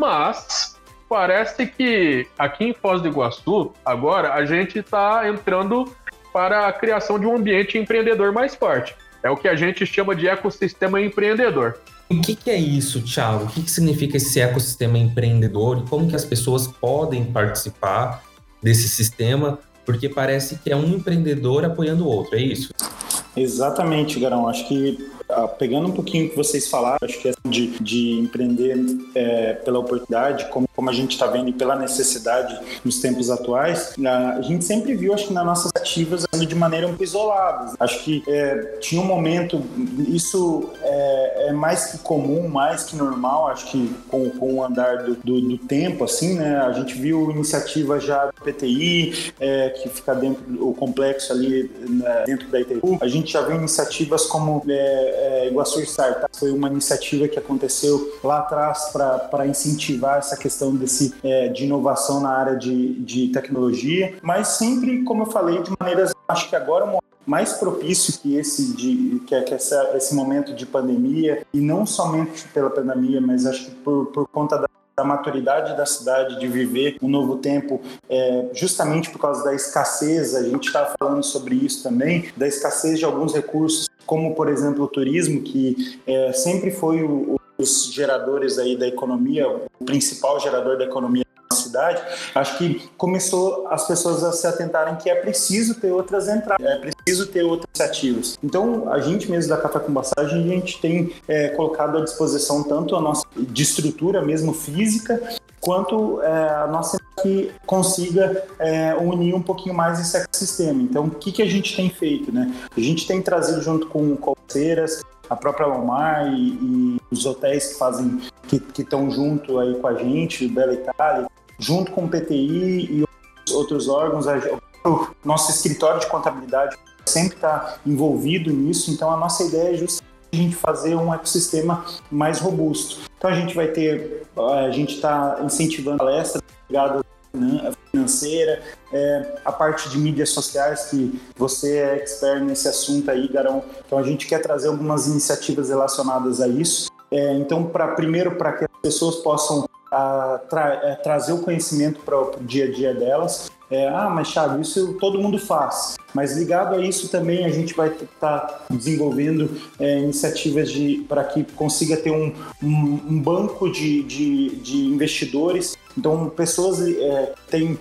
Mas parece que aqui em Foz do Iguaçu, agora, a gente está entrando para a criação de um ambiente empreendedor mais forte. É o que a gente chama de ecossistema empreendedor. O que, que é isso, Thiago? O que, que significa esse ecossistema empreendedor e como que as pessoas podem participar desse sistema? Porque parece que é um empreendedor apoiando o outro, é isso? Exatamente, Garão. Acho que, ah, pegando um pouquinho o que vocês falaram, acho que é de, de empreender é, pela oportunidade, como, como a gente está vendo, e pela necessidade nos tempos atuais, a gente sempre viu, acho que nas nossas ativas, de maneira um pouco isolada. Acho que é, tinha um momento, isso é, é mais que comum, mais que normal, acho que com, com o andar do, do, do tempo, assim, né? A gente viu iniciativas já do P T I, é, que fica dentro do complexo ali, né, dentro da Itaú. A gente já viu iniciativas como é, é, Iguaçu Startup, foi uma iniciativa que aconteceu lá atrás para incentivar essa questão desse, é, de inovação na área de, de tecnologia, mas sempre, como eu falei, de maneiras, acho que agora é um mais propício que esse, de, que, que essa, esse momento de pandemia, e não somente pela pandemia, mas acho que por, por conta da da maturidade da cidade, de viver um novo tempo, é, justamente por causa da escassez, a gente está falando sobre isso também, da escassez de alguns recursos, como, por exemplo, o turismo, que é, sempre foi o, o, os geradores aí da economia, o principal gerador da economia da cidade. Acho que começou as pessoas a se atentarem que é preciso ter outras entradas, é preciso ter outras iniciativas. Então, a gente mesmo da Café com Passagem, a gente tem é, colocado à disposição tanto a nossa de estrutura mesmo física, quanto é, a nossa que consiga é, unir um pouquinho mais esse ecossistema. Então, o que, que a gente tem feito, né? A gente tem trazido junto com parceiras, a própria Lomar e, e os hotéis que fazem, que estão junto aí com a gente, o Bela Itália, junto com o P T I e outros órgãos, o nosso escritório de contabilidade sempre está envolvido nisso, então a nossa ideia é justamente a gente fazer um ecossistema mais robusto. Então a gente vai ter, a gente está incentivando palestras ligadas à financeira, é, a parte de mídias sociais, que você é expert nesse assunto aí, Garão. Então a gente quer trazer algumas iniciativas relacionadas a isso. É, então, pra, primeiro, para que as pessoas possam a, tra, é, trazer o conhecimento para o dia a dia delas. É, ah, mas Thiago, isso todo mundo faz. Mas ligado a isso também a gente vai estar tá desenvolvendo é, iniciativas para que consiga ter um, um, um banco de, de, de investidores. Então, pessoas é, têm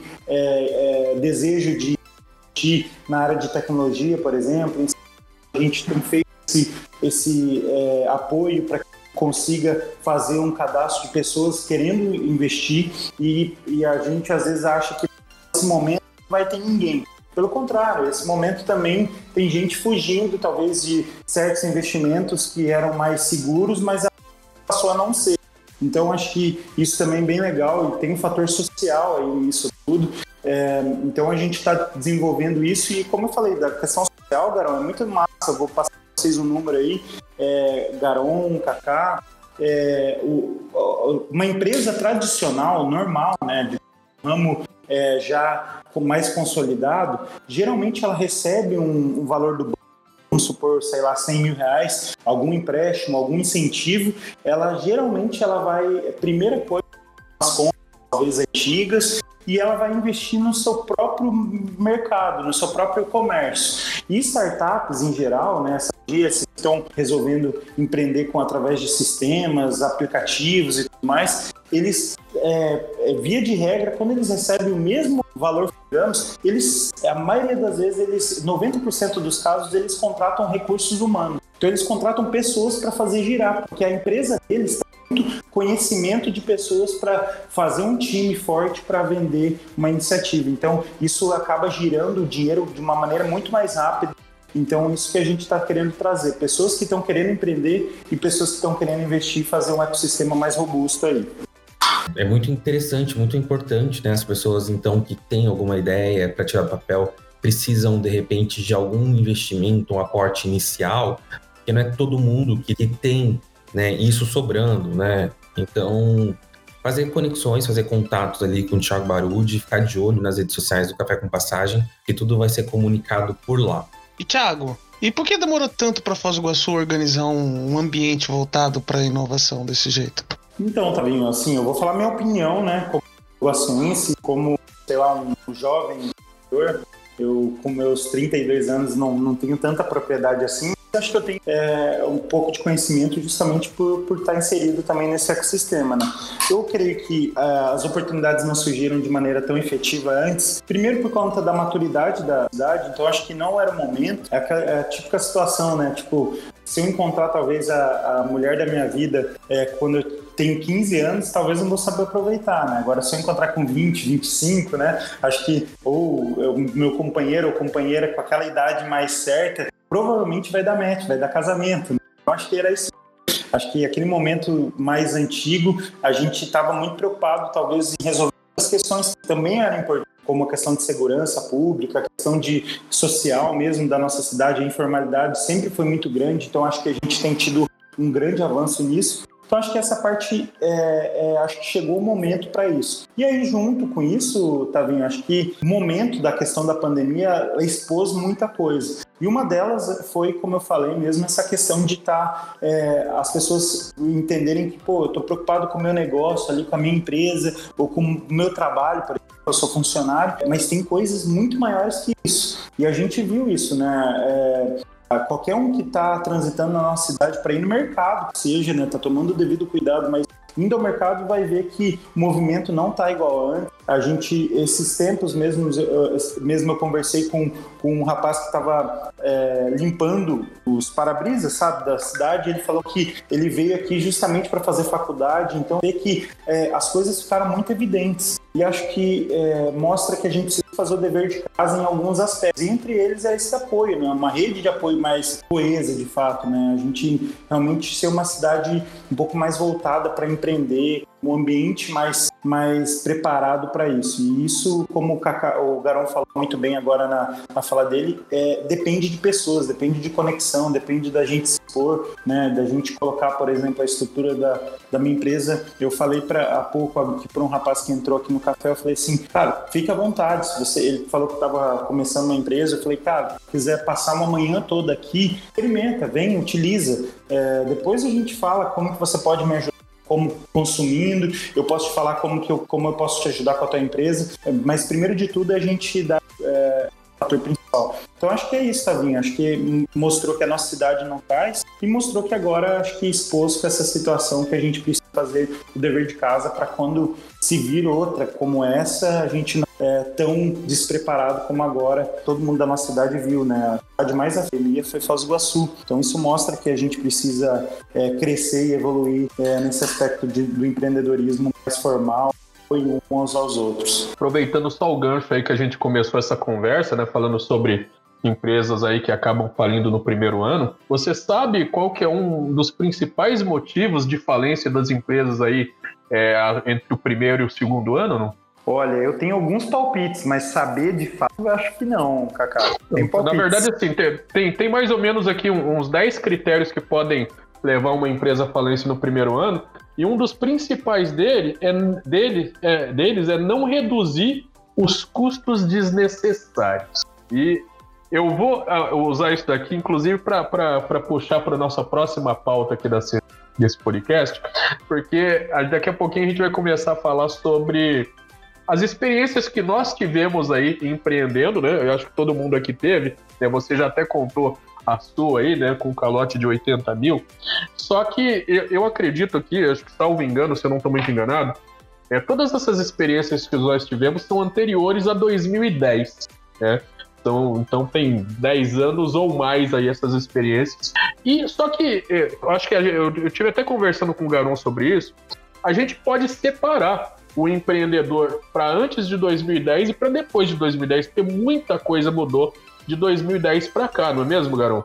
é, é, desejo de investir na área de tecnologia, por exemplo. A gente tem feito esse, esse é, apoio para que consiga fazer um cadastro de pessoas querendo investir e, e a gente às vezes acha que nesse momento não vai ter ninguém. Pelo contrário, esse momento também tem gente fugindo talvez de certos investimentos que eram mais seguros, mas passou a não ser. Então acho que isso também é bem legal e tem um fator social aí nisso tudo. É, então a gente está desenvolvendo isso e, como eu falei, da questão social, Garon, é muito massa. Eu vou passar para vocês um número aí, é, Garon, Kaká, é, o, uma empresa tradicional, normal, né, de ramo é, já mais consolidado, geralmente ela recebe um, um valor do banco, vamos supor, sei lá, cem mil reais, algum empréstimo, algum incentivo, ela geralmente ela vai, primeira coisa, as contas talvez antigas, e ela vai investir no seu próprio mercado, no seu próprio comércio. E startups, em geral, né, essas dias estão resolvendo empreender com, através de sistemas, aplicativos e tudo mais, eles, é, é, via de regra, quando eles recebem o mesmo valor, digamos, eles, a maioria das vezes, eles, noventa por cento dos casos, eles contratam recursos humanos. Então, eles contratam pessoas para fazer girar, porque a empresa deles muito conhecimento de pessoas para fazer um time forte para vender uma iniciativa. Então, isso acaba girando o dinheiro de uma maneira muito mais rápida. Então, isso que a gente está querendo trazer. Pessoas que estão querendo empreender e pessoas que estão querendo investir e fazer um ecossistema mais robusto aí. É muito interessante, muito importante, né? As pessoas, então, que têm alguma ideia para tirar papel, precisam, de repente, de algum investimento, um aporte inicial, porque não é todo mundo que, que tem, né, isso sobrando, né? Então, fazer conexões, fazer contatos ali com o Thiago Barudi, ficar de olho nas redes sociais do Café com Passagem, que tudo vai ser comunicado por lá. E, Thiago, e por que demorou tanto para Foz do Iguaçu organizar um, um ambiente voltado para a inovação desse jeito? Então, Tavinho, assim, eu vou falar minha opinião, né, como iguaçuense, como, sei lá, um jovem empreendedor. Eu, com meus trinta e dois anos, não, não tenho tanta propriedade assim, mas acho que eu tenho é, um pouco de conhecimento justamente por, por estar inserido também nesse ecossistema, né? Eu creio que uh, as oportunidades não surgiram de maneira tão efetiva antes, primeiro por conta da maturidade da cidade, então acho que não era o momento. É a, é a típica situação, né? Tipo, se eu encontrar talvez a, a mulher da minha vida é, quando eu tenho quinze anos, talvez eu não vou saber aproveitar, né? Agora, se eu encontrar com vinte, vinte e cinco, né? Acho que ou o meu companheiro ou companheira com aquela idade mais certa, provavelmente vai dar match, vai dar casamento, né? Eu acho que era isso. Acho que aquele momento mais antigo, a gente estava muito preocupado, talvez, em resolver as questões que também eram importantes, como a questão de segurança pública, a questão de social mesmo da nossa cidade, a informalidade sempre foi muito grande, então acho que a gente tem tido um grande avanço nisso. Então, acho que essa parte, é, é, acho que chegou o momento para isso. E aí, junto com isso, Tavinho, acho que o momento da questão da pandemia expôs muita coisa. E uma delas foi, como eu falei mesmo, essa questão de estar, tá, é, as pessoas entenderem que, pô, eu estou preocupado com o meu negócio ali, com a minha empresa, ou com o meu trabalho, por exemplo, eu sou funcionário, mas tem coisas muito maiores que isso. E a gente viu isso, né? É, qualquer um que está transitando na nossa cidade para ir no mercado, que seja, né, tá tomando o devido cuidado, mas indo ao mercado vai ver que o movimento não tá igual antes. A gente, esses tempos mesmo, mesmo eu conversei com, com um rapaz que estava é, limpando os para-brisas, sabe, da cidade, ele falou que ele veio aqui justamente para fazer faculdade, então vê que é, as coisas ficaram muito evidentes. E acho que é, mostra que a gente precisa fazer o dever de casa em alguns aspectos. E entre eles é esse apoio, né? Uma rede de apoio mais coesa, de fato, né? A gente realmente ser uma cidade um pouco mais voltada para empreender, um ambiente mais, mais preparado para isso. E isso, como o, Kaká, o Garon falou muito bem agora na, na fala dele, é, depende de pessoas, depende de conexão, depende da gente se expor, né? Da gente colocar, por exemplo, a estrutura da, da minha empresa. Eu falei pra, há pouco para um rapaz que entrou aqui no café, eu falei assim, cara, fica à vontade. Se você, ele falou que estava começando uma empresa, eu falei, cara, se quiser passar uma manhã toda aqui, experimenta, vem, utiliza. É, depois a gente fala como que você pode me ajudar, como consumindo, eu posso te falar como, que eu, como eu posso te ajudar com a tua empresa, mas primeiro de tudo a gente dá é, o fator principal. Então acho que é isso, Tavinho, acho que mostrou que a nossa cidade não faz e mostrou que agora acho que expôs com essa situação que a gente precisa fazer o dever de casa para quando se vir outra como essa, a gente não é, tão despreparado como agora todo mundo da nossa cidade viu, né? A cidade mais afemia foi Foz do Iguaçu. Então isso mostra que a gente precisa é, crescer e evoluir é, nesse aspecto de, do empreendedorismo mais formal, e uns aos outros. Aproveitando só o gancho aí que a gente começou essa conversa, né, falando sobre empresas aí que acabam falindo no primeiro ano, você sabe qual que é um dos principais motivos de falência das empresas aí é, entre o primeiro e o segundo ano, não? Olha, eu tenho alguns palpites, mas saber de fato eu acho que não, Cacá. Tem palpites. Na verdade, assim, tem, tem, tem mais ou menos aqui uns dez critérios que podem levar uma empresa à falência no primeiro ano, e um dos principais dele é, dele, é, deles é não reduzir os custos desnecessários. E eu vou usar isso daqui, inclusive, para puxar para a nossa próxima pauta aqui desse, desse podcast, porque daqui a pouquinho a gente vai começar a falar sobre as experiências que nós tivemos aí empreendendo, né? Eu acho que todo mundo aqui teve, né? Você já até contou a sua aí, né, com um calote de oitenta mil. Só que eu, eu acredito aqui, acho que salvo engano, se eu não estou muito enganado, é, todas essas experiências que nós tivemos são anteriores a dois mil e dez, né? Então, então tem dez anos ou mais aí essas experiências. E só que eu acho que a, eu, eu tive até conversando com o Garon sobre isso, a gente pode separar o empreendedor para antes de dois mil e dez e para depois de dois mil e dez, porque muita coisa mudou de dois mil e dez para cá, não é mesmo, Garon?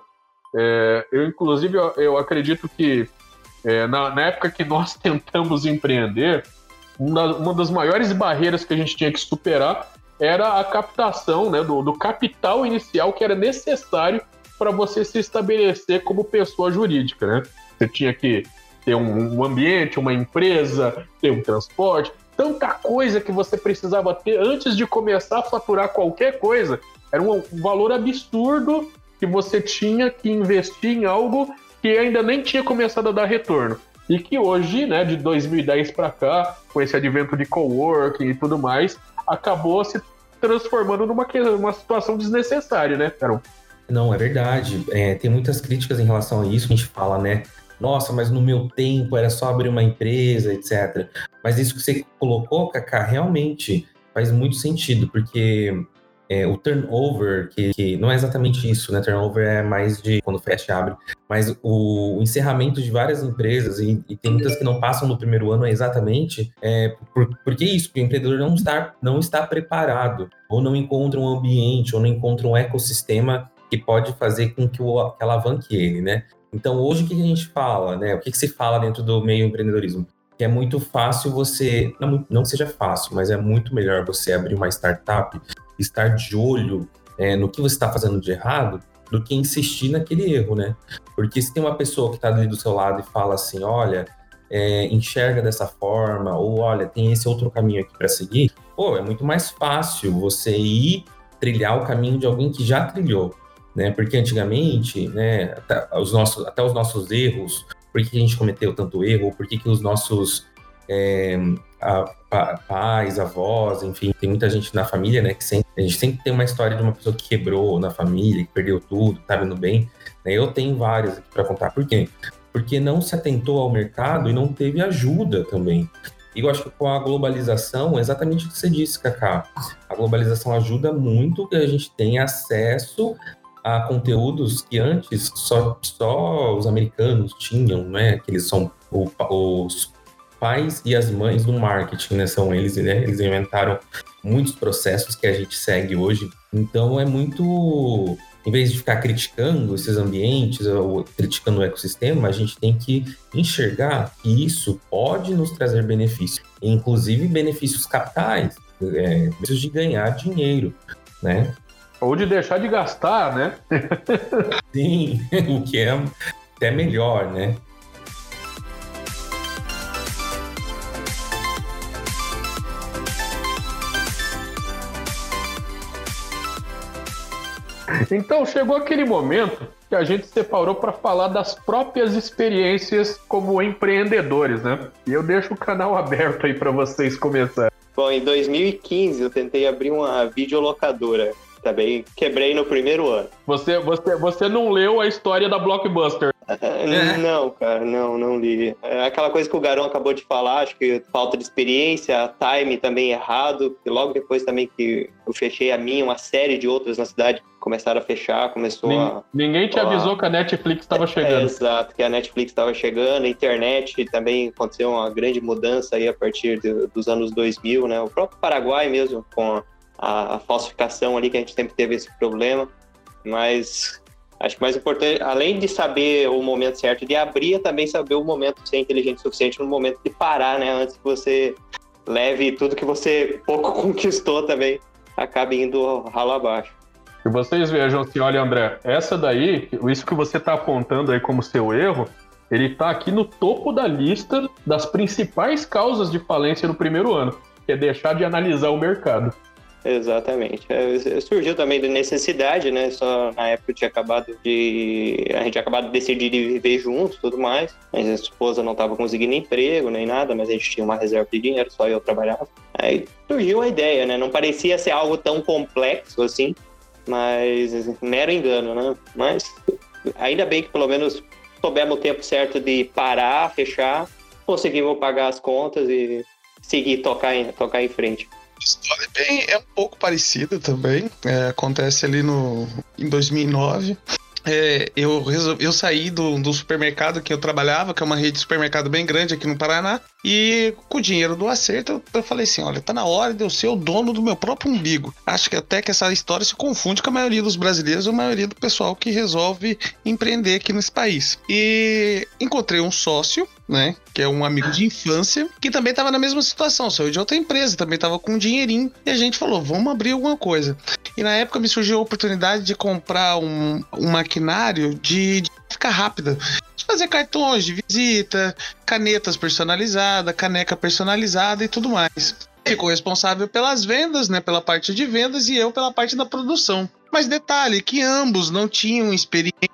É, eu, inclusive, eu, eu acredito que é, na, na época que nós tentamos empreender, uma, uma das maiores barreiras que a gente tinha que superar era a captação, né, do, do capital inicial que era necessário para você se estabelecer como pessoa jurídica, né? Você tinha que ter um, um ambiente, uma empresa, ter um transporte, tanta coisa que você precisava ter antes de começar a faturar qualquer coisa. Era um valor absurdo que você tinha que investir em algo que ainda nem tinha começado a dar retorno. E que hoje, né, de dois mil e dez para cá, com esse advento de coworking e tudo mais, acabou se transformando numa uma situação desnecessária, né, Carol? Não, é verdade. É, tem muitas críticas em relação a isso. A gente fala, né? Nossa, mas no meu tempo era só abrir uma empresa, etcétera. Mas isso que você colocou, Cacá, realmente faz muito sentido, porque é, o turnover, que, que não é exatamente isso, né? Turnover é mais de quando fecha e abre, mas o, o encerramento de várias empresas, e, e tem muitas que não passam no primeiro ano, é exatamente é, por, porque isso, porque o empreendedor não está, não está preparado, ou não encontra um ambiente, ou não encontra um ecossistema que pode fazer com que, o, que alavanque ele, né? Então, hoje, o que a gente fala, né? O que, que se fala dentro do meio empreendedorismo? Que é muito fácil você... Não, não seja fácil, mas é muito melhor você abrir uma startup, estar de olho é, no que você está fazendo de errado, do que insistir naquele erro, né? Porque se tem uma pessoa que está ali do seu lado e fala assim, olha, é, enxerga dessa forma, ou olha, tem esse outro caminho aqui para seguir, pô, é muito mais fácil você ir trilhar o caminho de alguém que já trilhou. Né? Porque antigamente, né, até, os nossos, até os nossos erros, por que a gente cometeu tanto erro, ou por que, que os nossos é, a, a, pais, avós, enfim, tem muita gente na família, né, que sempre, a gente sempre tem uma história de uma pessoa que quebrou na família, que perdeu tudo, tá vendo bem, né? Eu tenho várias aqui para contar. Por quê? Porque não se atentou ao mercado e não teve ajuda também. E eu acho que com a globalização, é exatamente o que você disse, Cacá, a globalização ajuda muito que a gente tenha acesso a conteúdos que antes só, só os americanos tinham, né? Que eles são o, os pais e as mães do marketing, né? São eles, né? Eles inventaram muitos processos que a gente segue hoje. Então é muito... Em vez de ficar criticando esses ambientes ou criticando o ecossistema, a gente tem que enxergar que isso pode nos trazer benefícios, inclusive benefícios capitais, é, benefícios de ganhar dinheiro, né? Ou de deixar de gastar, né? Sim, o que é até melhor, né? Então, chegou aquele momento que a gente separou para falar das próprias experiências como empreendedores, né? E eu deixo o canal aberto aí para vocês começarem. Bom, em dois mil e quinze eu tentei abrir uma videolocadora. Também quebrei no primeiro ano. Você, você, você não leu a história da Blockbuster? É. Não, cara, não, não li. É aquela coisa que o Garão acabou de falar, acho que falta de experiência, time também errado, e logo depois também que eu fechei a minha, uma série de outras na cidade começaram a fechar, começou Nin, a... Ninguém te a, avisou que a Netflix estava chegando. É, exato, que a Netflix estava chegando, a internet também aconteceu uma grande mudança aí a partir de, dos anos dois mil, né? O próprio Paraguai mesmo, com a, a falsificação ali, que a gente sempre teve esse problema, mas... Acho que mais importante, além de saber o momento certo de abrir, é também saber o momento de ser inteligente o suficiente no momento de parar, né? Antes que você leve tudo que você pouco conquistou também, acabe indo ralo abaixo. E vocês vejam assim, olha, André, essa daí, isso que você está apontando aí como seu erro, ele está aqui no topo da lista das principais causas de falência no primeiro ano, que é deixar de analisar o mercado. Exatamente. É, surgiu também de necessidade, né? Só na época eu tinha acabado de... A gente tinha acabado de decidir de viver juntos e tudo mais. Mas a esposa não estava conseguindo emprego nem nada, mas a gente tinha uma reserva de dinheiro, só eu trabalhava. Aí surgiu a ideia, né? Não parecia ser algo tão complexo assim, mas mero engano, né? Mas ainda bem que pelo menos soubemos o tempo certo de parar, fechar, conseguimos pagar as contas e seguir, tocar em, tocar em frente. A história é, bem, é um pouco parecida também. É, acontece ali no, em dois mil e nove. É, eu, resolvi, eu saí do, do supermercado que eu trabalhava, que é uma rede de supermercado bem grande aqui no Paraná, e com o dinheiro do acerto eu, eu falei assim, olha, tá na hora de eu ser o dono do meu próprio umbigo. Acho que até que essa história se confunde com a maioria dos brasileiros, a maioria do pessoal que resolve empreender aqui nesse país. E encontrei um sócio, né, que é um amigo de infância, que também estava na mesma situação, saiu de outra empresa, também estava com um dinheirinho, e a gente falou, vamos abrir alguma coisa. E na época me surgiu a oportunidade de comprar um, um maquinário de, de ficar rápida, de fazer cartões de visita, canetas personalizadas, caneca personalizada e tudo mais. Ficou responsável pelas vendas, né, pela parte de vendas, e eu pela parte da produção. Mas detalhe, que ambos não tinham experiência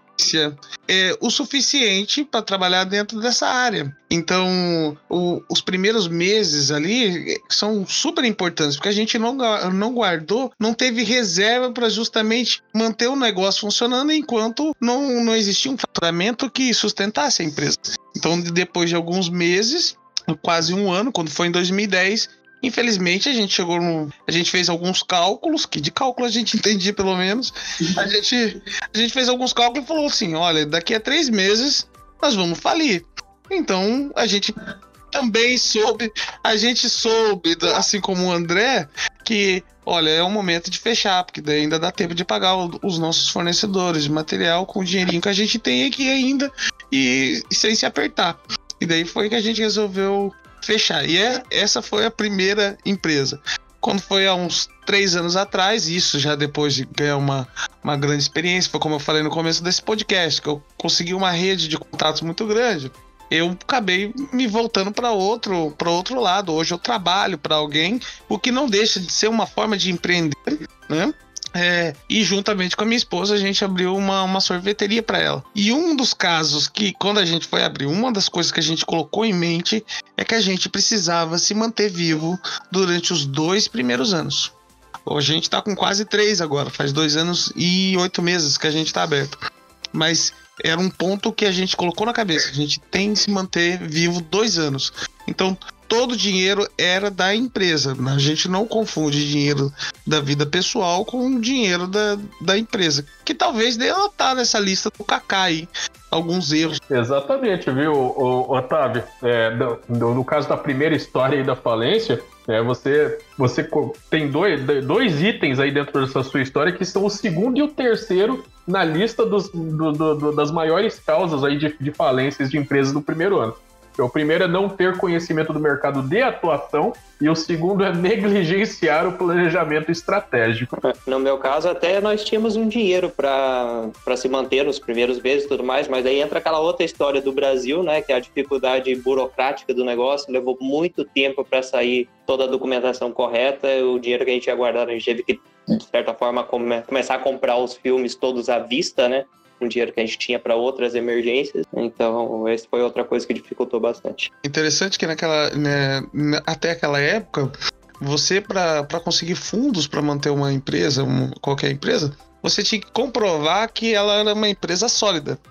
É, o suficiente para trabalhar dentro dessa área. Então, o, os primeiros meses ali são super importantes, porque a gente não, não guardou, não teve reserva para justamente manter o negócio funcionando enquanto não, não existia um faturamento que sustentasse a empresa. Então, depois de alguns meses, quase um ano, quando foi em dois mil e dez, infelizmente a gente chegou no... A gente fez alguns cálculos, que de cálculo a gente entendia pelo menos. A gente, a gente fez alguns cálculos e falou assim, olha, daqui a três meses nós vamos falir. Então a gente também soube, a gente soube, assim como o André, que, olha, é o momento de fechar, porque daí ainda dá tempo de pagar os nossos fornecedores de material com o dinheirinho que a gente tem aqui ainda e, e sem se apertar. E daí foi que a gente resolveu fechar. E é, essa foi a primeira empresa. Quando foi há uns três anos atrás, isso já depois de ganhar uma, uma grande experiência, foi como eu falei no começo desse podcast, que eu consegui uma rede de contatos muito grande, eu acabei me voltando para outro, para outro lado. Hoje eu trabalho para alguém, o que não deixa de ser uma forma de empreender, né? É, e juntamente com a minha esposa a gente abriu uma, uma sorveteria para ela. E um dos casos que, quando a gente foi abrir, uma das coisas que a gente colocou em mente é que a gente precisava se manter vivo durante os dois primeiros anos. A gente tá com quase três agora, faz dois anos e oito meses que a gente tá aberto. Mas era um ponto que a gente colocou na cabeça, a gente tem que se manter vivo dois anos. Então todo o dinheiro era da empresa. A gente não confunde dinheiro da vida pessoal com o dinheiro da, da empresa. Que talvez ela tá nessa lista do Kaká aí. Alguns erros. Exatamente, viu, o, o Otávio? É, no, no caso da primeira história aí da falência, é, você, você tem dois, dois itens aí dentro dessa sua história que são o segundo e o terceiro na lista dos, do, do, das maiores causas aí de, de falências de empresas no primeiro ano. O primeiro é não ter conhecimento do mercado de atuação e o segundo é negligenciar o planejamento estratégico. No meu caso, até nós tínhamos um dinheiro para se manter nos primeiros meses e tudo mais, mas aí entra aquela outra história do Brasil, né, que é a dificuldade burocrática do negócio, levou muito tempo para sair toda a documentação correta, o dinheiro que a gente ia guardar, a gente teve que, de certa forma, come, começar a comprar os filmes todos à vista, né? Um dinheiro que a gente tinha para outras emergências. Então, essa foi outra coisa que dificultou bastante. Interessante que naquela, né, até aquela época, você, para conseguir fundos para manter uma empresa, uma, qualquer empresa, você tinha que comprovar que ela era uma empresa sólida.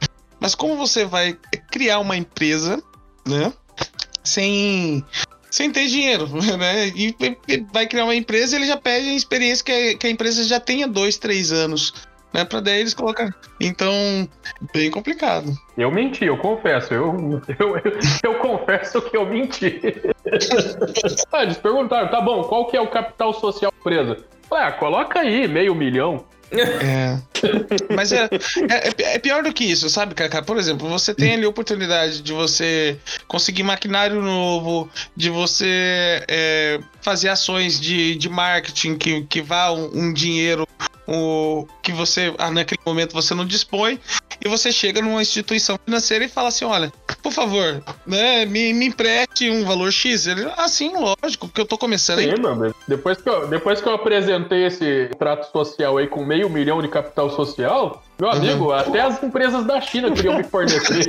Mas como você vai criar uma empresa, né? Sem, sem ter dinheiro, né? E vai criar uma empresa, ele já pede a experiência que a, que a empresa já tenha dois, três anos, né? Pra daí eles colocarem. Então, bem complicado. Eu menti, eu confesso. Eu, eu, eu, eu confesso que eu menti. Ah, eles perguntaram, tá bom, qual que é o capital social da empresa? Ah, coloca aí, meio milhão. É. Mas é, é, é pior do que isso, sabe, Kaká? Por exemplo, você tem ali a oportunidade de você conseguir maquinário novo, de você é, fazer ações de, de marketing que, que vá um, um dinheiro o, que você, ah, naquele momento você não dispõe, e você chega numa instituição financeira e fala assim, olha, por favor, né, me, me empreste um valor X. Ele, ah, sim, lógico, porque eu tô começando aí. Sim, mano. Depois que, eu, depois que eu apresentei esse trato social aí com meio milhão de capital social, meu amigo, uhum. até as empresas da China queriam me fornecer.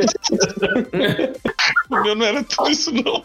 O meu não era tudo isso, não.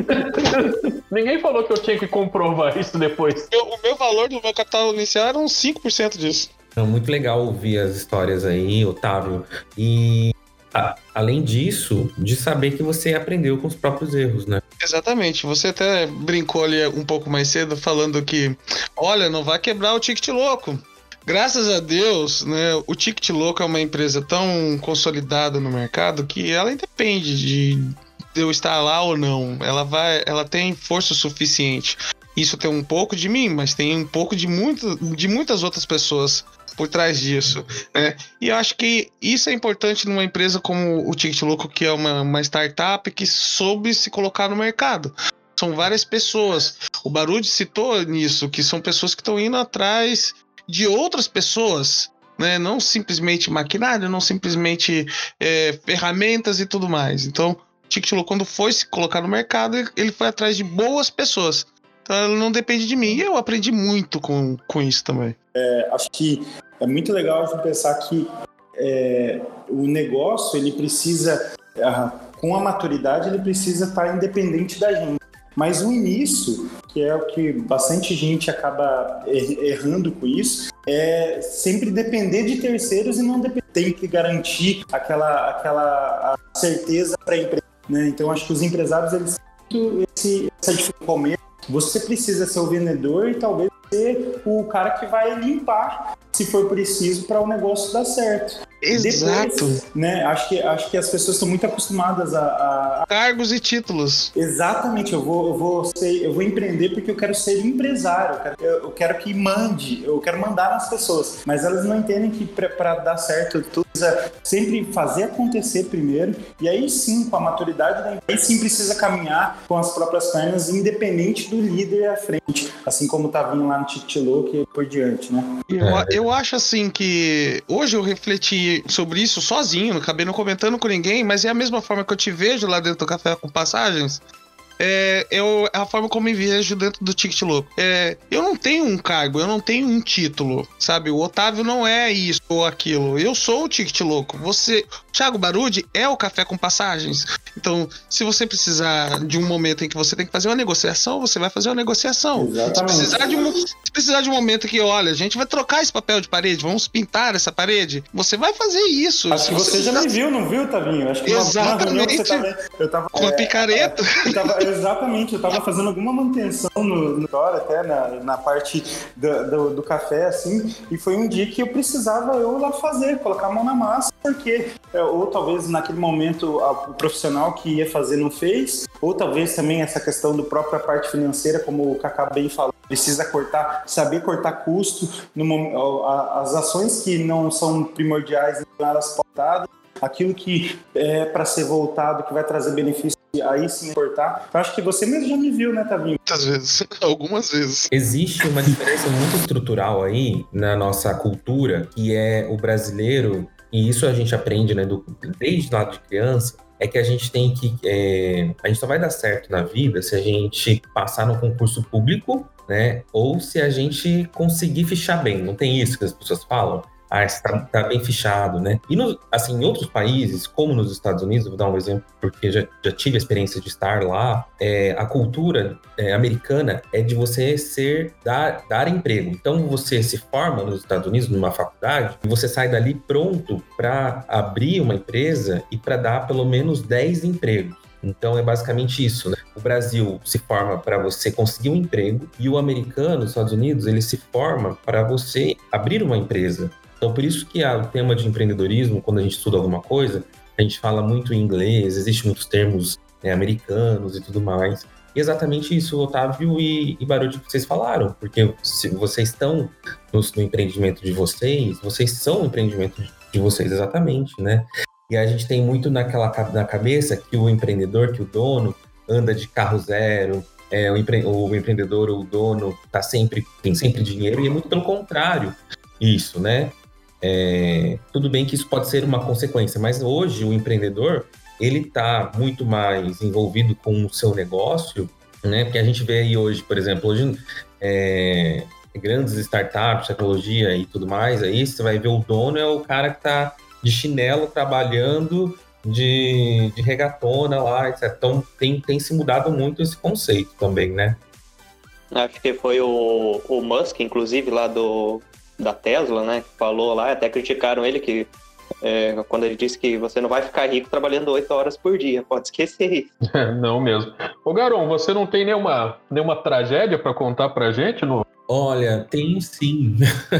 Ninguém falou que eu tinha que comprovar isso depois. Eu, o meu valor do meu capital inicial era uns cinco por cento disso. É muito legal ouvir as histórias aí, Otávio. E, a, além disso, de saber que você aprendeu com os próprios erros, né? Exatamente. Você até brincou ali um pouco mais cedo falando que, olha, não vai quebrar o Ticket Louco. Graças a Deus, né, o Ticket Louco é uma empresa tão consolidada no mercado que ela independe de, de eu estar lá ou não. Ela, vai, ela tem força suficiente. Isso tem um pouco de mim, mas tem um pouco de, muito, de muitas outras pessoas por trás disso, né? E eu acho que isso é importante numa empresa como o Ticket Louco, que é uma, uma startup que soube se colocar no mercado. São várias pessoas. O Baruch citou nisso, que são pessoas que estão indo atrás de outras pessoas, né? Não simplesmente maquinário, não simplesmente é, ferramentas e tudo mais. Então, o Ticket Louco, quando foi se colocar no mercado, ele foi atrás de boas pessoas. Então, ela não depende de mim. E eu aprendi muito com, com isso também. É, acho que é muito legal de pensar que é, o negócio, ele precisa, com a maturidade, ele precisa estar independente da gente. Mas o início, que é o que bastante gente acaba errando com isso, é sempre depender de terceiros e não depender. Tem que garantir aquela, aquela certeza para a empresa, né? Então, acho que os empresários, eles têm esse, essa dificuldade. Você precisa ser o vendedor e talvez ser o cara que vai limpar, se for preciso, para o negócio dar certo. Exato. Depois, né, acho que, acho que as pessoas estão muito acostumadas a, a... cargos e títulos. Exatamente, eu vou, eu, vou ser, eu vou empreender porque eu quero ser empresário, eu quero, eu quero que mande, eu quero mandar nas pessoas, mas elas não entendem que para dar certo tudo precisa sempre fazer acontecer primeiro, e aí sim, com a maturidade da empresa, aí sim precisa caminhar com as próprias pernas, independente do líder à frente, assim como tá vindo lá no Ticket Louco e por diante, né? Eu, eu acho assim que hoje eu refleti sobre isso sozinho, não acabei não comentando com ninguém, mas é a mesma forma que eu te vejo lá dentro do Café com Passagens. É, eu, é a forma como eu me vejo dentro do Ticket Louco. É, eu não tenho um cargo, eu não tenho um título, sabe? O Otávio não é isso ou aquilo. Eu sou o Ticket Louco. Você, Thiago Baruch, é o Café com Passagens. Então, se você precisar de um momento em que você tem que fazer uma negociação, você vai fazer uma negociação. Exatamente. Se precisar de um, se precisar de um momento que, olha, a gente vai trocar esse papel de parede, vamos pintar essa parede, você vai fazer isso. Acho que você, você já me viu, não viu, Tavinho? Acho que exatamente. Uma, uma reunião que você tava, eu tava, com a é, picareta. Eu tava, exatamente, eu tava fazendo alguma manutenção no, no até na, na parte do, do, do café, assim, e foi um dia que eu precisava eu lá fazer, colocar a mão na massa, porque, ou talvez naquele momento a, o profissional que ia fazer não fez, ou talvez também essa questão do própria parte financeira, como o Kaká bem falou, precisa cortar, saber cortar custo, no, as ações que não são primordiais, elas pautadas, aquilo que é para ser voltado, que vai trazer benefício, aí sim cortar. Eu acho que você mesmo já me viu, né, Tavinho? Muitas vezes, algumas vezes. Existe uma diferença muito estrutural aí na nossa cultura, que é o brasileiro, e isso a gente aprende, né, do, desde lá de criança, é que a gente tem que... É, a gente só vai dar certo na vida se a gente passar no concurso público, né, ou se a gente conseguir fichar bem. Não tem isso que as pessoas falam? ah, está tá bem fechado, né? E, no, assim, em outros países, como nos Estados Unidos, vou dar um exemplo, porque já, já tive a experiência de estar lá, é, a cultura é, americana é de você ser, dar, dar emprego. Então, você se forma nos Estados Unidos, numa faculdade, e você sai dali pronto para abrir uma empresa e para dar pelo menos dez empregos. Então, é basicamente isso, né? O Brasil se forma para você conseguir um emprego e o americano, nos Estados Unidos, ele se forma para você abrir uma empresa. Então, por isso que o tema de empreendedorismo, quando a gente estuda alguma coisa, a gente fala muito em inglês, existem muitos termos, né, americanos e tudo mais. E exatamente isso, Otávio e, e Baruch, que vocês falaram, porque se vocês estão no, no empreendimento de vocês, vocês são o empreendimento de vocês, exatamente, né? E a gente tem muito naquela, na cabeça que o empreendedor, que o dono, anda de carro zero, é, o, empre, o empreendedor, o dono, tá sempre, tem sempre dinheiro, e é muito pelo contrário isso, né? É, tudo bem que isso pode ser uma consequência, mas hoje o empreendedor, ele está muito mais envolvido com o seu negócio, né? Porque a gente vê aí hoje, por exemplo, hoje é, grandes startups, tecnologia e tudo mais, aí você vai ver o dono é o cara que está de chinelo trabalhando, de, de regatona lá, etcétera. Então tem, tem se mudado muito esse conceito também, né? Acho que foi o, o Musk, inclusive, lá do, da Tesla, né? Que falou lá, até criticaram ele que É, quando ele disse que você não vai ficar rico trabalhando oito horas por dia, pode esquecer isso. Não mesmo. Ô Garon, você não tem nenhuma, nenhuma tragédia para contar pra gente? No... Olha, tem sim.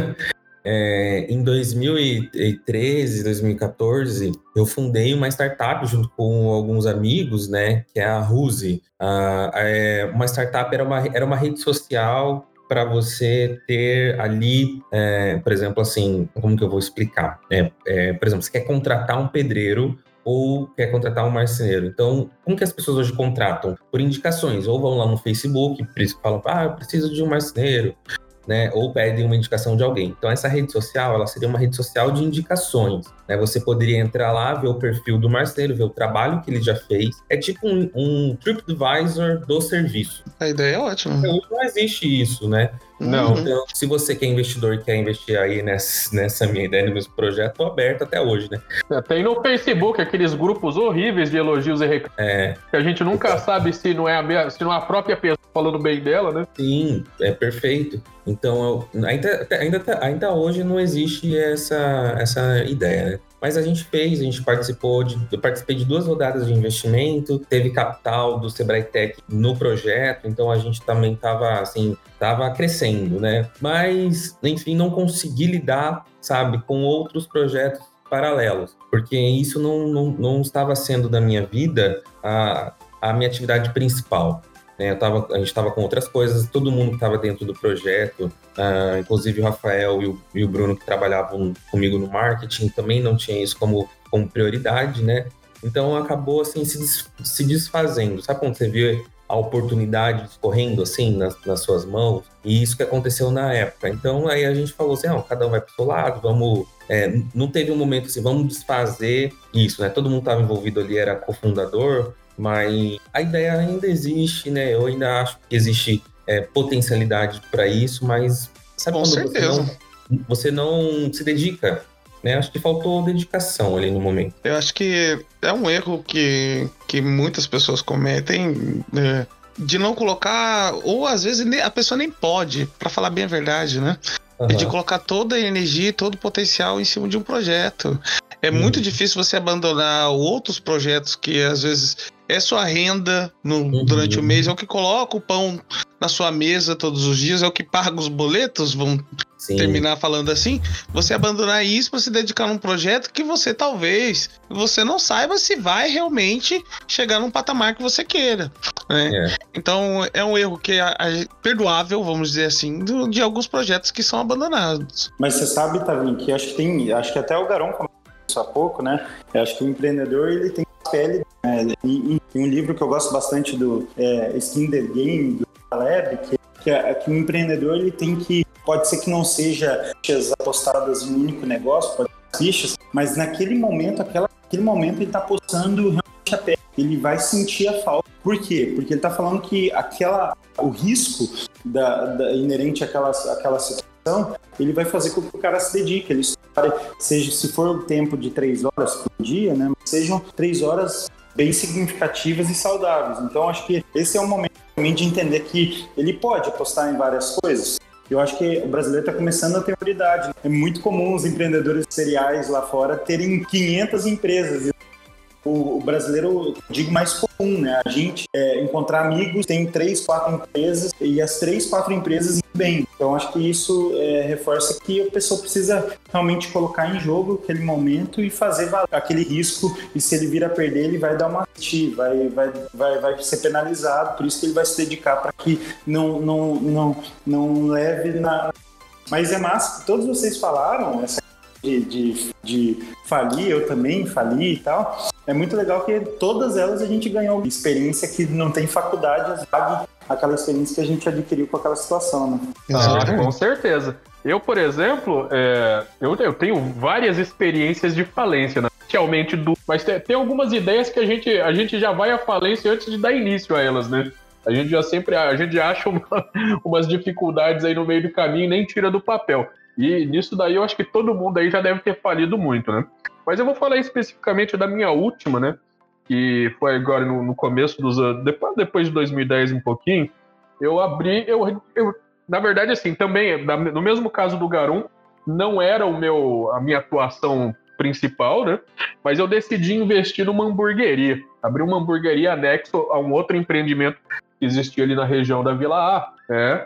É, em dois mil e treze, dois mil e quatorze, eu fundei uma startup junto com alguns amigos, né, que é a Ruzi. Ah, é, uma startup era uma, era uma rede social para você ter ali, é, por exemplo, assim, como que eu vou explicar? É, é, por exemplo, você quer contratar um pedreiro ou quer contratar um marceneiro. Então, como que as pessoas hoje contratam? Por indicações, ou vão lá no Facebook, falam, ah, eu preciso de um marceneiro, né? Ou pedem uma indicação de alguém. Então, essa rede social, ela seria uma rede social de indicações, né? Você poderia entrar lá, ver o perfil do marceneiro, ver o trabalho que ele já fez. É tipo um, um TripAdvisor do serviço. A ideia é ótima. Então, não existe isso, né? Não. Então, se você que é investidor e quer investir aí nessa, nessa minha ideia, no meu projeto, estou aberto até hoje, né? Tem no Facebook aqueles grupos horríveis de elogios e reclamações. É. Que a gente nunca Exato. sabe se não, é a, se não é a própria pessoa falando bem dela, né? Sim, é perfeito. Então, eu, ainda, ainda, ainda hoje não existe essa, essa ideia, né? Mas a gente fez, a gente participou de, eu participei de duas rodadas de investimento, teve capital do Sebrae Tech no projeto, então a gente também estava assim, estava crescendo, né? Mas, enfim, não consegui lidar, sabe, com outros projetos paralelos, porque isso não, não, não estava sendo da minha vida a, a minha atividade principal. Eu tava, a gente estava com outras coisas, todo mundo que estava dentro do projeto, uh, inclusive o Rafael e o, e o Bruno que trabalhavam comigo no marketing, também não tinha isso como, como prioridade, né? Então acabou assim se, des, se desfazendo. Sabe quando você vê a oportunidade escorrendo assim nas, nas suas mãos? E isso que aconteceu na época. Então aí a gente falou assim, não, cada um vai para o seu lado, vamos... É, não teve um momento assim, vamos desfazer isso, né? Todo mundo estava envolvido ali, era cofundador, mas a ideia ainda existe, né? Eu ainda acho que existe é, potencialidade para isso, mas sabe Com quando certeza. Você, não, você não se dedica, né? Acho que faltou dedicação ali no momento. Eu acho que é um erro que, que muitas pessoas cometem, né? De não colocar, ou às vezes a pessoa nem pode, para falar bem a verdade, né? Uhum. De colocar toda a energia, todo o potencial em cima de um projeto. É uhum. muito difícil você abandonar outros projetos que às vezes é sua renda no, uhum. durante o mês, é o que coloca o pão na sua mesa todos os dias, é o que paga os boletos, vão Sim. terminar falando assim. Você abandonar isso para se dedicar num projeto que você talvez você não saiba se vai realmente chegar num patamar que você queira, né? É. Então é um erro que é, é perdoável, vamos dizer assim, do, de alguns projetos que são abandonados. Mas você sabe, Tavinho, que acho que tem, acho que até o Garon comentou isso há pouco, né? Eu acho que o empreendedor ele tem pele, né? E, e tem um livro que eu gosto bastante do é, Skin the Game do Caleb, que, que, é, que o empreendedor ele tem que, pode ser que não seja fichas apostadas em um único negócio, pode ser fichas, mas naquele momento, aquela, naquele momento ele está apostando realmente a pele, ele vai sentir a falta. Por quê? Porque ele está falando que aquela, o risco da, da, inerente àquela, àquela situação, ele vai fazer com que o cara se dedique, ele seja, se for o tempo de três horas por dia, né, sejam três horas bem significativas e saudáveis. Então, acho que esse é um momento também de entender que ele pode apostar em várias coisas. Eu acho que o brasileiro está começando a ter prioridade. É muito comum os empreendedores seriais lá fora terem quinhentas empresas. O brasileiro, digo, mais comum, né? A gente é, encontrar amigos, tem três, quatro empresas e as três, quatro empresas indo bem. Então, acho que isso é, reforça que a pessoa precisa realmente colocar em jogo aquele momento e fazer valer aquele risco. E se ele vir a perder, ele vai dar uma vai, vai, vai, vai ser penalizado. Por isso que ele vai se dedicar para que não, não, não, não leve na... Mas é massa que todos vocês falaram, essa De, de, de falir, eu também fali e tal. É muito legal que todas elas a gente ganhou experiência que não tem faculdade, sabe? Aquela experiência que a gente adquiriu com aquela situação, né? Ah, com certeza. Eu, por exemplo, é, eu, eu tenho várias experiências de falência, né? Realmente, do, mas tem, tem algumas ideias que a gente, a gente já vai à falência antes de dar início a elas, né? A gente já sempre a gente já acha uma, umas dificuldades aí no meio do caminho e nem tira do papel. E nisso daí eu acho que todo mundo aí já deve ter falido muito, né? Mas eu vou falar especificamente da minha última, né? Que foi agora no, no começo dos anos, depois, depois de dois mil e dez um pouquinho, eu abri, eu, eu na verdade assim, também, no mesmo caso do Garum, não era o meu, a minha atuação principal, né? Mas eu decidi investir numa hamburgueria. Abri uma hamburgueria anexo a um outro empreendimento que existia ali na região da Vila A, né?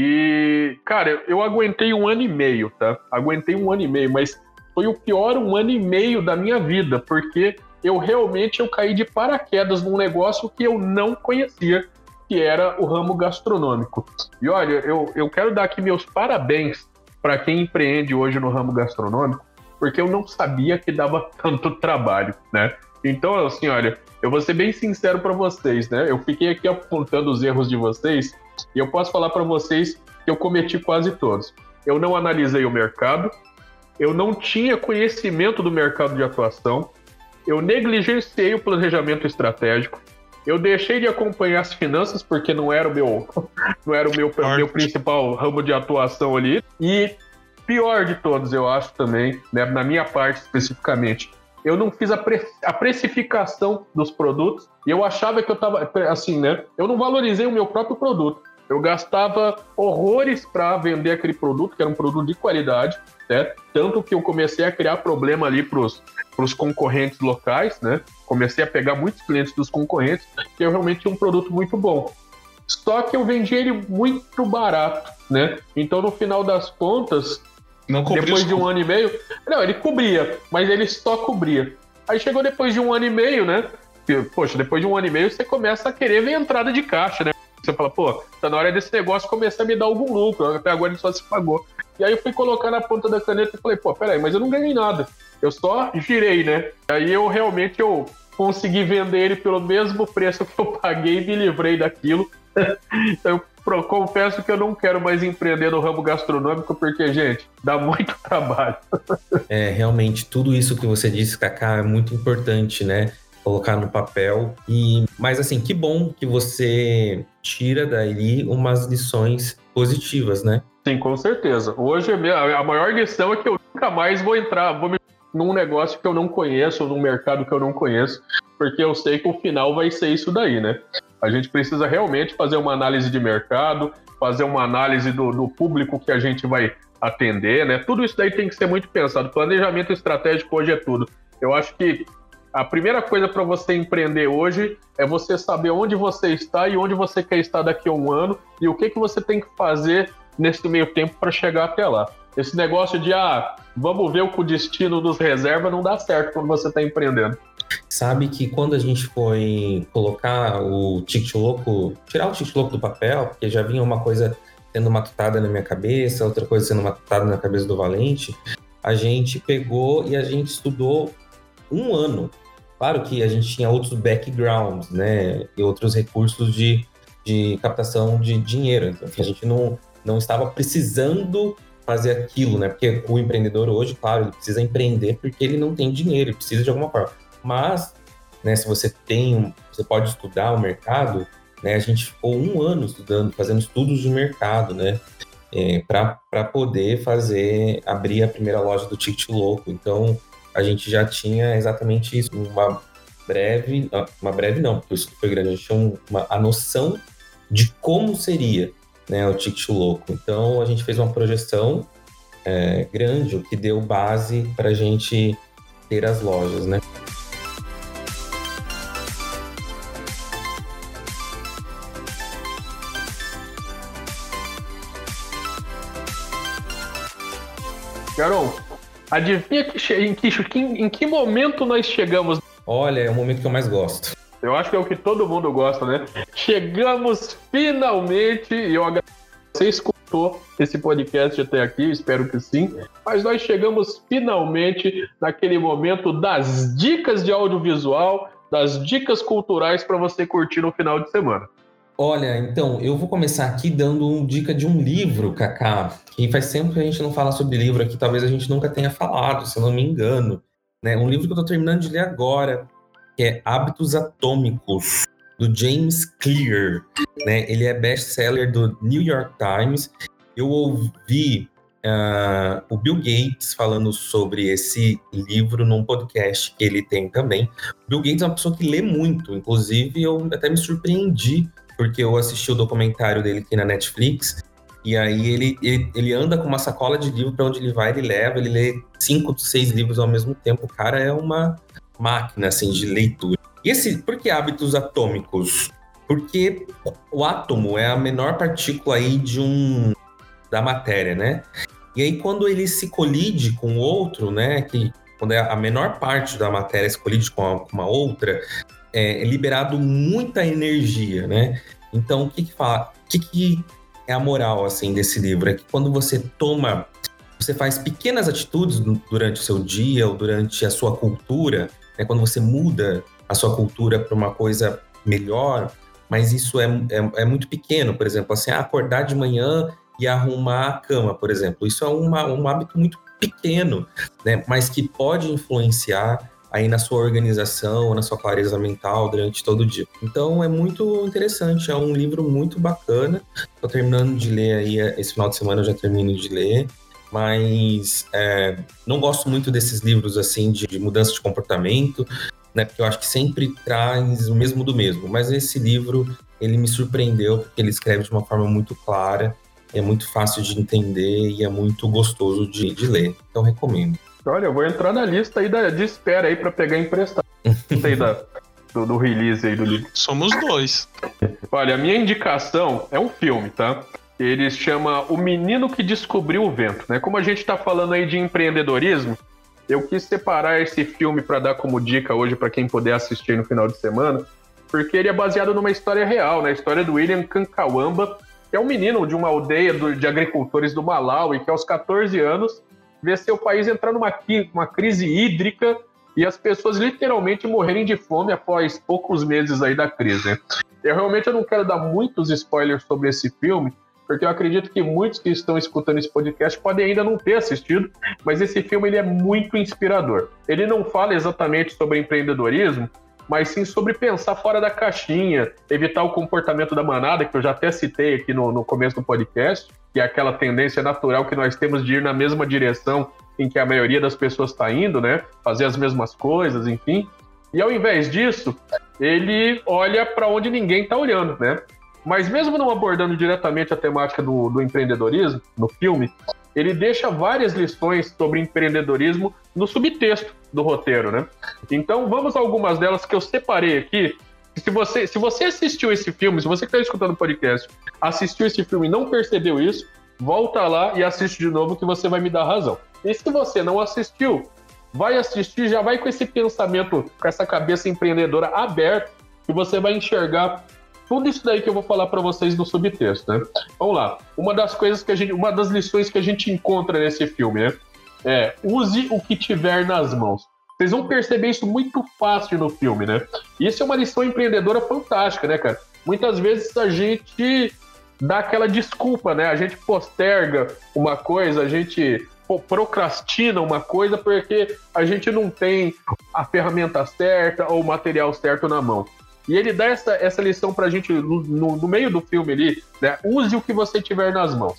E, cara, eu aguentei um ano e meio, tá? Aguentei um ano e meio, mas foi o pior um ano e meio da minha vida, porque eu realmente eu caí de paraquedas num negócio que eu não conhecia, que era o ramo gastronômico. E olha, eu, eu quero dar aqui meus parabéns para quem empreende hoje no ramo gastronômico, porque eu não sabia que dava tanto trabalho, né? Então, assim, olha, eu vou ser bem sincero para vocês, né? Eu fiquei aqui apontando os erros de vocês e eu posso falar para vocês que eu cometi quase todos. Eu não analisei o mercado, eu não tinha conhecimento do mercado de atuação, eu negligenciei o planejamento estratégico, eu deixei de acompanhar as finanças porque não era o meu, não era o meu, meu principal ramo de atuação ali. E pior de todos, eu acho também, né, na minha parte especificamente, eu não fiz a, pre- a precificação dos produtos e eu achava que eu estava, assim, né, eu não valorizei o meu próprio produto. Eu gastava horrores para vender aquele produto, que era um produto de qualidade, né? Tanto que eu comecei a criar problema ali para os concorrentes locais, né? Comecei a pegar muitos clientes dos concorrentes, que eu realmente tinha um produto muito bom. Só que eu vendi ele muito barato, né? Então, no final das contas, não depois de um ano e meio... Não, ele cobria, mas ele só cobria. Aí chegou depois de um ano e meio, né? Que, poxa, depois de um ano e meio, você começa a querer ver entrada de caixa, né? Você fala, pô, tá na hora desse negócio começar a me dar algum lucro, até agora ele só se pagou. E aí eu fui colocar na ponta da caneta e falei, pô, peraí, mas eu não ganhei nada. Eu só girei, né? Aí eu realmente eu consegui vender ele pelo mesmo preço que eu paguei e me livrei daquilo. Então eu confesso que eu não quero mais empreender no ramo gastronômico porque, gente, dá muito trabalho. É, realmente, tudo isso que você disse, Kaká, é muito importante, né? Colocar no papel. E, mas assim, que bom que você tira daí umas lições positivas, né? Sim, com certeza. Hoje a maior lição é que eu nunca mais vou entrar, vou me num negócio que eu não conheço, ou num mercado que eu não conheço, porque eu sei que o final vai ser isso daí, né? A gente precisa realmente fazer uma análise de mercado, fazer uma análise do, do público que a gente vai atender, né? Tudo isso daí tem que ser muito pensado. Planejamento estratégico hoje é tudo. Eu acho que a primeira coisa para você empreender hoje é você saber onde você está e onde você quer estar daqui a um ano e o que, que você tem que fazer nesse meio tempo para chegar até lá. Esse negócio de, ah, vamos ver o que o destino nos reserva, não dá certo quando você está empreendendo. Sabe que quando a gente foi colocar o Ticket Louco, tirar o Ticket Louco do papel, porque já vinha uma coisa sendo matutada na minha cabeça, outra coisa sendo matutada na cabeça do Valente, a gente pegou e a gente estudou um ano. Claro que a gente tinha outros backgrounds, né, e outros recursos de, de captação de dinheiro. Então, a gente não, não estava precisando fazer aquilo, né? Porque o empreendedor hoje, claro, ele precisa empreender porque ele não tem dinheiro, ele precisa de alguma forma. Mas, né, se você tem, você pode estudar o mercado, né? A gente ficou um ano estudando, fazendo estudos de mercado, né? é, para poder fazer, abrir a primeira loja do Ticket Louco. Então, a gente já tinha exatamente isso, uma breve, uma breve não, porque isso foi grande, a gente tinha uma, a noção de como seria, né, o Ticket Louco. Então, a gente fez uma projeção é, grande, o que deu base para a gente ter as lojas, né? Carol, adivinha que che- em, que, em que momento nós chegamos? Olha, é o momento que eu mais gosto. Eu acho que é o que todo mundo gosta, né? Chegamos finalmente, e eu agradeço que você escutou esse podcast até aqui, espero que sim. Mas nós chegamos finalmente naquele momento das dicas de audiovisual, das dicas culturais para você curtir no final de semana. Olha, então, eu vou começar aqui dando uma dica de um livro, Kaká, que faz tempo que a gente não fala sobre livro aqui, talvez a gente nunca tenha falado, se eu não me engano, né? Um livro que eu estou terminando de ler agora, que é Hábitos Atômicos, do James Clear, né? Ele é best-seller do New York Times. Eu ouvi uh, o Bill Gates falando sobre esse livro num podcast que ele tem também. O Bill Gates é uma pessoa que lê muito, inclusive eu até me surpreendi, porque eu assisti o documentário dele aqui na Netflix, e aí ele, ele, ele anda com uma sacola de livro para onde ele vai, ele leva, ele lê cinco, seis livros ao mesmo tempo. O cara é uma máquina, assim, de leitura. E esse, por que hábitos atômicos? Porque o átomo é a menor partícula aí de um, da matéria, né? E aí quando ele se colide com o outro, né, que quando é a menor parte da matéria se colide com, a, com uma outra, é liberado muita energia, né? Então, o que que fala? O que que é a moral, assim, desse livro? É que quando você toma, você faz pequenas atitudes durante o seu dia ou durante a sua cultura, né? Quando você muda a sua cultura para uma coisa melhor, mas isso é, é, é muito pequeno, por exemplo, assim, acordar de manhã e arrumar a cama, por exemplo. Isso é uma, um hábito muito pequeno, né? Mas que pode influenciar aí na sua organização, na sua clareza mental durante todo o dia. Então é muito interessante, é um livro muito bacana. Estou terminando de ler aí, esse final de semana eu já termino de ler, mas é, não gosto muito desses livros assim de, de mudança de comportamento, né? Porque eu acho que sempre traz o mesmo do mesmo. Mas esse livro, ele me surpreendeu, porque ele escreve de uma forma muito clara, é muito fácil de entender e é muito gostoso de, de ler. Então recomendo. Olha, eu vou entrar na lista aí da, de espera aí pra pegar emprestado. Aí da, do, do release aí do livro. Somos dois. Olha, a minha indicação é um filme, tá? Ele chama O Menino que Descobriu o Vento, né? Como a gente tá falando aí de empreendedorismo, eu quis separar esse filme para dar como dica hoje para quem puder assistir no final de semana, porque ele é baseado numa história real, na história do William Kankawamba, que é um menino de uma aldeia do, de agricultores do Malawi, que aos catorze anos vê seu país entrar numa uma crise hídrica e as pessoas literalmente morrerem de fome após poucos meses aí da crise, né? Eu realmente eu não quero dar muitos spoilers sobre esse filme, porque eu acredito que muitos que estão escutando esse podcast podem ainda não ter assistido, mas esse filme ele é muito inspirador. Ele não fala exatamente sobre empreendedorismo, mas sim sobre pensar fora da caixinha, evitar o comportamento da manada, que eu já até citei aqui no, no começo do podcast, que é aquela tendência natural que nós temos de ir na mesma direção em que a maioria das pessoas está indo, né? Fazer as mesmas coisas, enfim. E ao invés disso, ele olha para onde ninguém está olhando, né? Mas mesmo não abordando diretamente a temática do, do empreendedorismo no filme, ele deixa várias lições sobre empreendedorismo no subtexto do roteiro, né? Então vamos a algumas delas que eu separei aqui. Se você, se você assistiu esse filme, se você que está escutando o podcast, assistiu esse filme e não percebeu isso, volta lá e assiste de novo que você vai me dar razão. E se você não assistiu, vai assistir, já vai com esse pensamento, com essa cabeça empreendedora aberta, que você vai enxergar tudo isso daí que eu vou falar para vocês no subtexto, né? Vamos lá. Uma das coisas que a gente, uma das lições que a gente encontra nesse filme, né? É, use o que tiver nas mãos. Vocês vão perceber isso muito fácil no filme, né? E isso é uma lição empreendedora fantástica, né, cara? Muitas vezes a gente dá aquela desculpa, né? A gente posterga uma coisa, a gente procrastina uma coisa porque a gente não tem a ferramenta certa ou o material certo na mão. E ele dá essa, essa lição pra gente no, no, no meio do filme ali, né? Use o que você tiver nas mãos.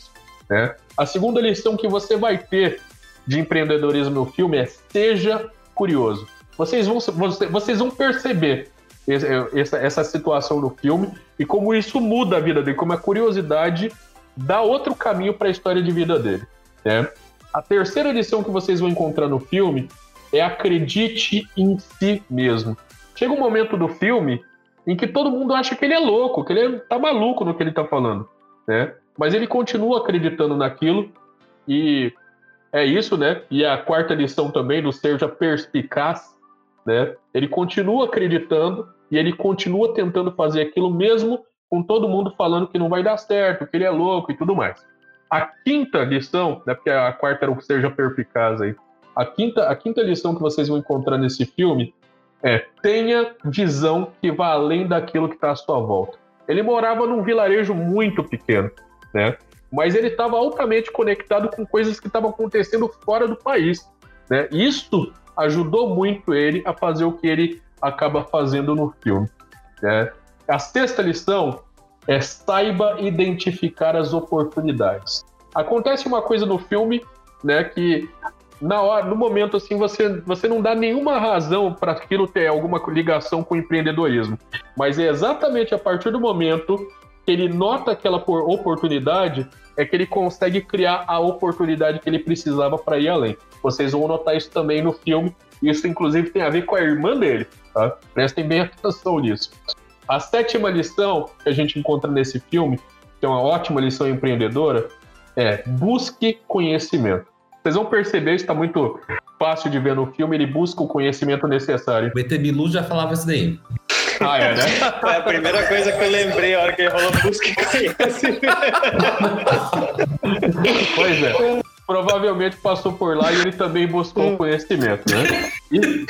né? A segunda lição que você vai ter de empreendedorismo no filme é: seja curioso. Vocês vão, vocês vão perceber essa, essa situação no filme e como isso muda a vida dele, como a curiosidade dá outro caminho para a história de vida dele, né? A terceira lição que vocês vão encontrar no filme é: acredite em si mesmo. Chega um momento do filme em que todo mundo acha que ele é louco, que ele tá maluco no que ele tá falando, né? Mas ele continua acreditando naquilo e é isso, né? E a quarta lição também do seja perspicaz, né? Ele continua acreditando e ele continua tentando fazer aquilo mesmo com todo mundo falando que não vai dar certo, que ele é louco e tudo mais. A quinta lição, né? Porque a quarta era o seja perspicaz aí. A quinta, a quinta lição que vocês vão encontrar nesse filme é: tenha visão que vá além daquilo que está à sua volta. Ele morava num vilarejo muito pequeno, né? Mas ele estava altamente conectado com coisas que estavam acontecendo fora do país, né? Isso ajudou muito ele a fazer o que ele acaba fazendo no filme, né? A sexta lição é: saiba identificar as oportunidades. Acontece uma coisa no filme, né, que na hora, no momento assim, você, você não dá nenhuma razão para aquilo ter alguma ligação com o empreendedorismo. Mas é exatamente a partir do momento que ele nota aquela oportunidade é que ele consegue criar a oportunidade que ele precisava para ir além. Vocês vão notar isso também no filme. Isso, inclusive, tem a ver com a irmã dele, tá? Prestem bem atenção nisso. A sétima lição que a gente encontra nesse filme, que é uma ótima lição empreendedora, é: busque conhecimento. Vocês vão perceber, isso está muito fácil de ver no filme, ele busca o conhecimento necessário. O E T Bilu já falava isso daí. Ah, é, né? É a primeira coisa que eu lembrei a hora que ele falou busque conhecimento. Pois é. Provavelmente passou por lá e ele também buscou conhecimento, né? E,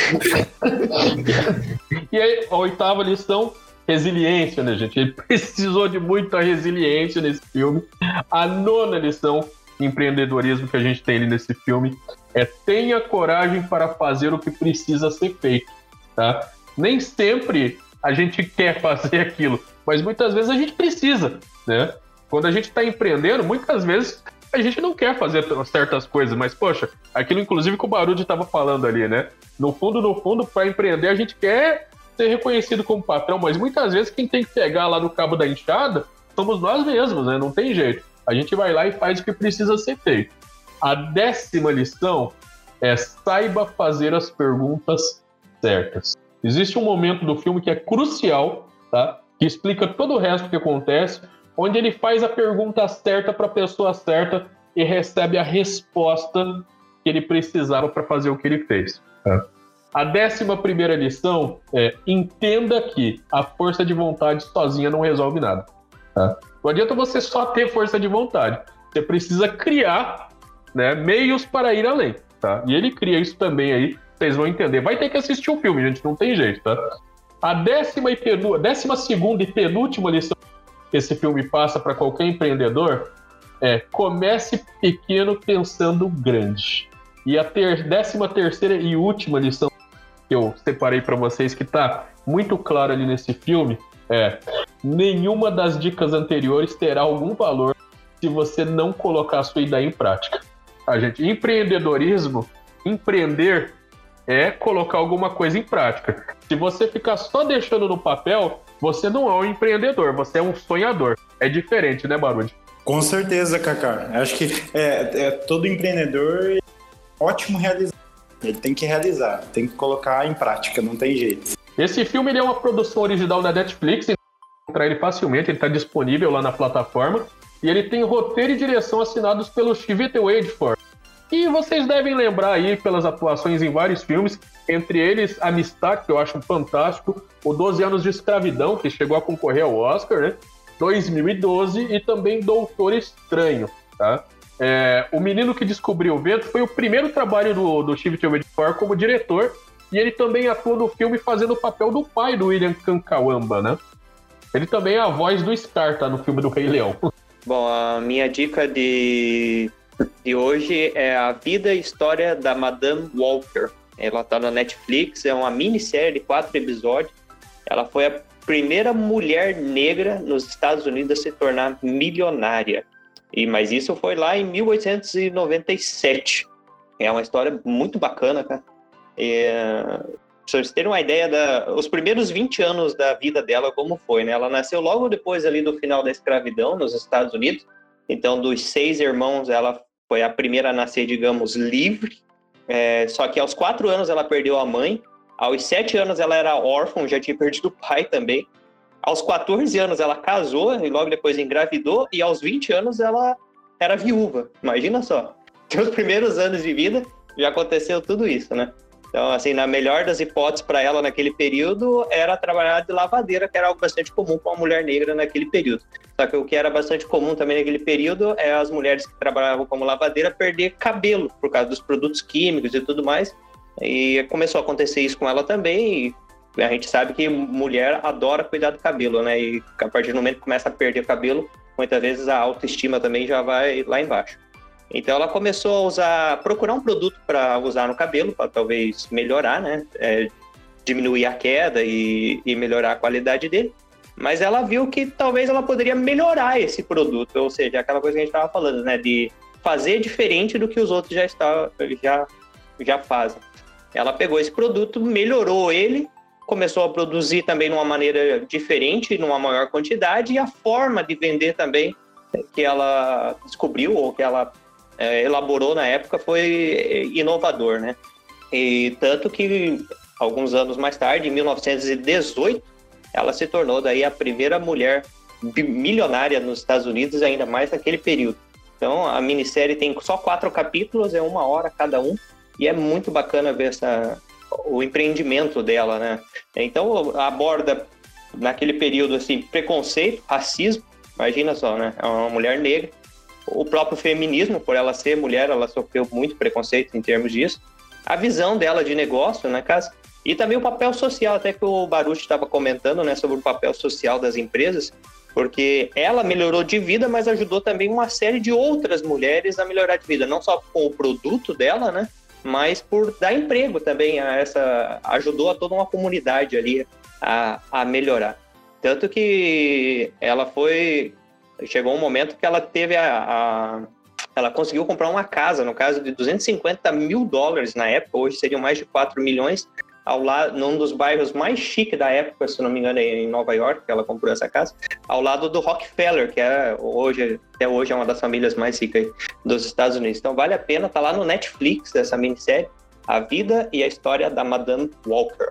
e aí, a oitava lição, resiliência, né, gente? Ele precisou de muita resiliência nesse filme. A nona lição, empreendedorismo, que a gente tem ali nesse filme é: tenha coragem para fazer o que precisa ser feito, tá? Nem sempre a gente quer fazer aquilo, mas muitas vezes a gente precisa, né? Quando a gente está empreendendo, muitas vezes a gente não quer fazer certas coisas, mas, poxa, aquilo inclusive que o Baruch estava falando ali, né? No fundo, no fundo, para empreender, a gente quer ser reconhecido como patrão, mas muitas vezes quem tem que pegar lá no cabo da enxada somos nós mesmos, né? Não tem jeito. A gente vai lá e faz o que precisa ser feito. A décima lição é: saiba fazer as perguntas certas. Existe um momento do filme que é crucial, tá? Que explica todo o resto que acontece, onde ele faz a pergunta certa para a pessoa certa e recebe a resposta que ele precisava para fazer o que ele fez. Tá? A décima primeira lição é: entenda que a força de vontade sozinha não resolve nada. Tá? Não adianta você só ter força de vontade. Você precisa criar, né, meios para ir além. Tá? E ele cria isso também aí. Vocês vão entender. Vai ter que assistir o filme, gente. Não tem jeito, tá? A décima, e penú... décima segunda e penúltima lição que esse filme passa para qualquer empreendedor é: comece pequeno pensando grande. E a ter... décima terceira e última lição que eu separei para vocês, que tá muito clara ali nesse filme, é: nenhuma das dicas anteriores terá algum valor se você não colocar a sua ideia em prática. A gente, empreendedorismo, empreender é colocar alguma coisa em prática. Se você ficar só deixando no papel, você não é um empreendedor, você é um sonhador. É diferente, né, Baruch? Com certeza, Kaká. Acho que é, é, todo empreendedor é ótimo realizar. Ele tem que realizar, tem que colocar em prática, não tem jeito. Esse filme ele é uma produção original da Netflix, encontrar ele facilmente, ele está disponível lá na plataforma, e ele tem roteiro e direção assinados pelo Chiwetel Ejiofor. E vocês devem lembrar aí pelas atuações em vários filmes, entre eles Amistad, que eu acho fantástico, o doze anos de Escravidão, que chegou a concorrer ao Oscar, né? dois mil e doze, e também Doutor Estranho, tá? É, o Menino que Descobriu o Vento foi o primeiro trabalho do, do Chiwetel Ejiofor como diretor, e ele também atuou no filme fazendo o papel do pai do William Kankawamba, né? Ele também é a voz do Scar, tá? No filme do Rei Leão. Bom, a minha dica de, de hoje é a vida e história da Madame Walker. Ela tá na Netflix, é uma minissérie de quatro episódios. Ela foi a primeira mulher negra nos Estados Unidos a se tornar milionária. E, mas isso foi lá em mil oitocentos e noventa e sete. É uma história muito bacana, cara. É, pra vocês terem uma ideia, da, os primeiros vinte anos da vida dela, como foi, né? Ela nasceu logo depois ali do final da escravidão nos Estados Unidos. Então, dos seis irmãos, ela foi a primeira a nascer, digamos, livre. É, só que aos quatro anos ela perdeu a mãe. Aos sete anos ela era órfã, já tinha perdido o pai também. Aos quatorze anos ela casou e logo depois engravidou. E aos vinte anos ela era viúva. Imagina só. Nos primeiros anos de vida já aconteceu tudo isso, né? Então, assim, na melhor das hipóteses para ela naquele período era trabalhar de lavadeira, que era algo bastante comum para uma mulher negra naquele período. Só que o que era bastante comum também naquele período é as mulheres que trabalhavam como lavadeira perder cabelo por causa dos produtos químicos e tudo mais. E começou a acontecer isso com ela também. E a gente sabe que mulher adora cuidar do cabelo, né? E a partir do momento que começa a perder o cabelo, muitas vezes a autoestima também já vai lá embaixo. Então ela começou a usar, procurar um produto para usar no cabelo, para talvez melhorar, né? É, diminuir a queda e, e melhorar a qualidade dele. Mas ela viu que talvez ela poderia melhorar esse produto, ou seja, aquela coisa que a gente estava falando, né? De fazer diferente do que os outros já, está, já, já fazem. Ela pegou esse produto, melhorou ele, começou a produzir também de uma maneira diferente, numa maior quantidade, e a forma de vender também que ela descobriu ou que ela é, elaborou na época foi inovador, né? E tanto que alguns anos mais tarde, em mil novecentos e dezoito, ela se tornou daí a primeira mulher milionária nos Estados Unidos, ainda mais naquele período. Então a minissérie tem só quatro capítulos, é uma hora cada um, e é muito bacana ver essa, o empreendimento dela, né? Então aborda naquele período assim preconceito, racismo, imagina só, né? É uma mulher negra. O próprio feminismo, por ela ser mulher, ela sofreu muito preconceito em termos disso. A visão dela de negócio, né, casa? E também o papel social, até que o Baruch estava comentando, né, sobre o papel social das empresas, porque ela melhorou de vida, mas ajudou também uma série de outras mulheres a melhorar de vida, não só com o produto dela, né, mas por dar emprego também a essa, ajudou a toda uma comunidade ali a, a melhorar. Tanto que ela foi, chegou um momento que ela teve a, a ela conseguiu comprar uma casa, no caso de duzentos e cinquenta mil dólares na época, hoje seriam mais de quatro milhões, ao lado, num dos bairros mais chiques da época, se não me engano, em Nova York, que ela comprou essa casa, ao lado do Rockefeller, que é hoje, até hoje é uma das famílias mais ricas dos Estados Unidos. Então vale a pena, tá lá no Netflix, essa minissérie, A Vida e a História da Madame Walker.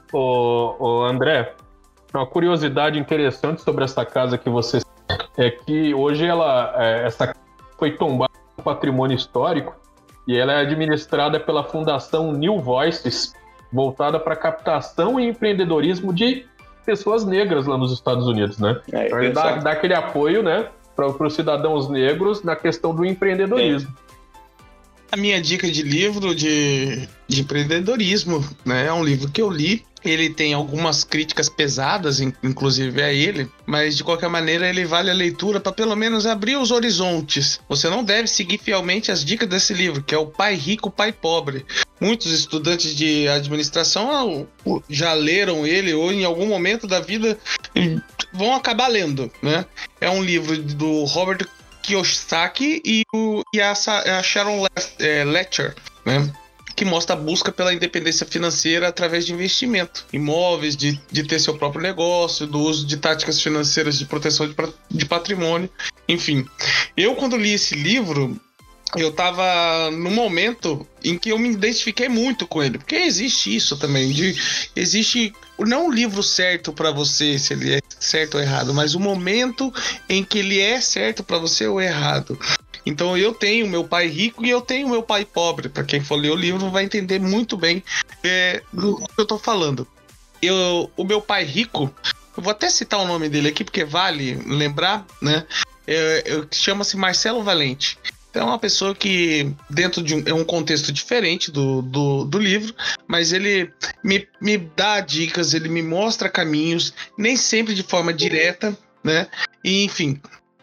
Ô, ô André, uma curiosidade interessante sobre essa casa que você é que hoje ela, é, essa casa foi tombada no patrimônio histórico e ela é administrada pela Fundação New Voices, voltada para captação e empreendedorismo de pessoas negras lá nos Estados Unidos, né? É, então, dá, dá aquele apoio, né, para os cidadãos negros na questão do empreendedorismo. É. A minha dica de livro de, de empreendedorismo, né, é um livro que eu li. Ele tem algumas críticas pesadas, inclusive a ele, mas de qualquer maneira ele vale a leitura para pelo menos abrir os horizontes. Você não deve seguir fielmente as dicas desse livro, que é o Pai Rico, Pai Pobre. Muitos estudantes de administração já leram ele ou em algum momento da vida vão acabar lendo, né? É um livro do Robert Kiyosaki e, o, e a, a Sharon Lechter, né? Que mostra a busca pela independência financeira através de investimento, imóveis, de, de ter seu próprio negócio, do uso de táticas financeiras de proteção de, de patrimônio, enfim. Eu, quando li esse livro, eu estava num momento em que eu me identifiquei muito com ele, porque existe isso também, de, existe não um livro certo para você, se ele é certo ou errado, mas o momento em que ele é certo para você ou errado. Então eu tenho meu pai rico e eu tenho meu pai pobre. Para quem for ler o livro vai entender muito bem é, do que eu tô falando. Eu, o meu pai rico, eu vou até citar o nome dele aqui porque vale lembrar, né? É, é, chama-se Marcelo Valente. Então é uma pessoa que dentro de um, é um contexto diferente do, do, do livro, mas ele me, me dá dicas, ele me mostra caminhos, nem sempre de forma direta, né? E enfim,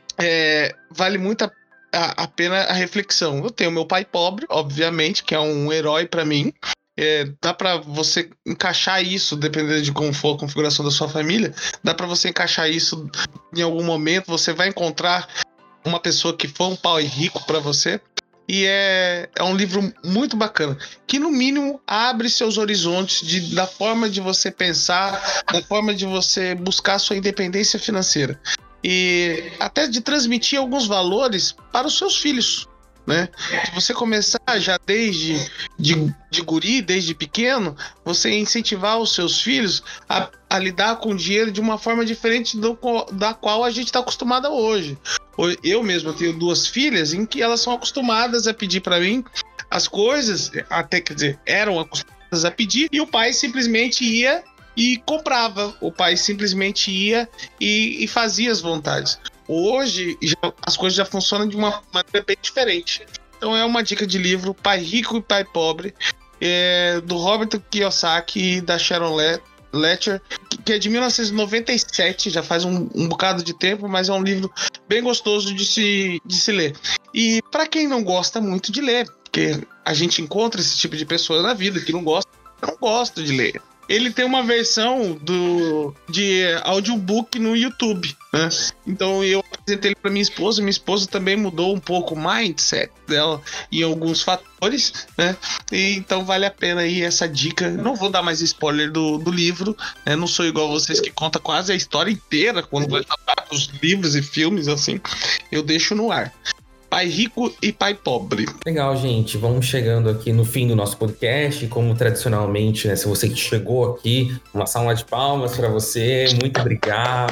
é, vale muito a A, a pena a reflexão. Eu tenho meu pai pobre, obviamente, que é um herói para mim. É, dá para você encaixar isso, dependendo de como for a configuração da sua família, dá para você encaixar isso em algum momento. Você vai encontrar uma pessoa que foi um pai rico para você. E é, é um livro muito bacana, que no mínimo abre seus horizontes de, da forma de você pensar, da forma de você buscar sua independência financeira. E até de transmitir alguns valores para os seus filhos, né? Se você começar já desde de, de guri, desde pequeno, você incentivar os seus filhos a, a lidar com o dinheiro de uma forma diferente do, da qual a gente está acostumado hoje. Eu mesmo tenho duas filhas em que elas são acostumadas a pedir para mim as coisas, até quer dizer, eram acostumadas a pedir, e o pai simplesmente ia e comprava. O pai simplesmente ia e, e fazia as vontades. Hoje, já, as coisas já funcionam de uma maneira bem diferente. Então é uma dica de livro, Pai Rico e Pai Pobre, é, do Robert Kiyosaki e da Sharon Lechter, que é de mil novecentos e noventa e sete, já faz um, um bocado de tempo, mas é um livro bem gostoso de se, de se ler. E para quem não gosta muito de ler, porque a gente encontra esse tipo de pessoa na vida que não gosta, não gosta de ler. Ele tem uma versão do, de audiobook no YouTube, né? Então eu apresentei ele para minha esposa. Minha esposa também mudou um pouco o mindset dela em alguns fatores, né? E então vale a pena aí essa dica. Não vou dar mais spoiler do, do livro, né? Não sou igual vocês que conta quase a história inteira quando vai falar dos livros e filmes, assim. Eu deixo no ar. Pai Rico e Pai Pobre. Legal, gente. Vamos chegando aqui no fim do nosso podcast. Como tradicionalmente, né? Se você que chegou aqui, uma salva de palmas para você. Muito obrigado.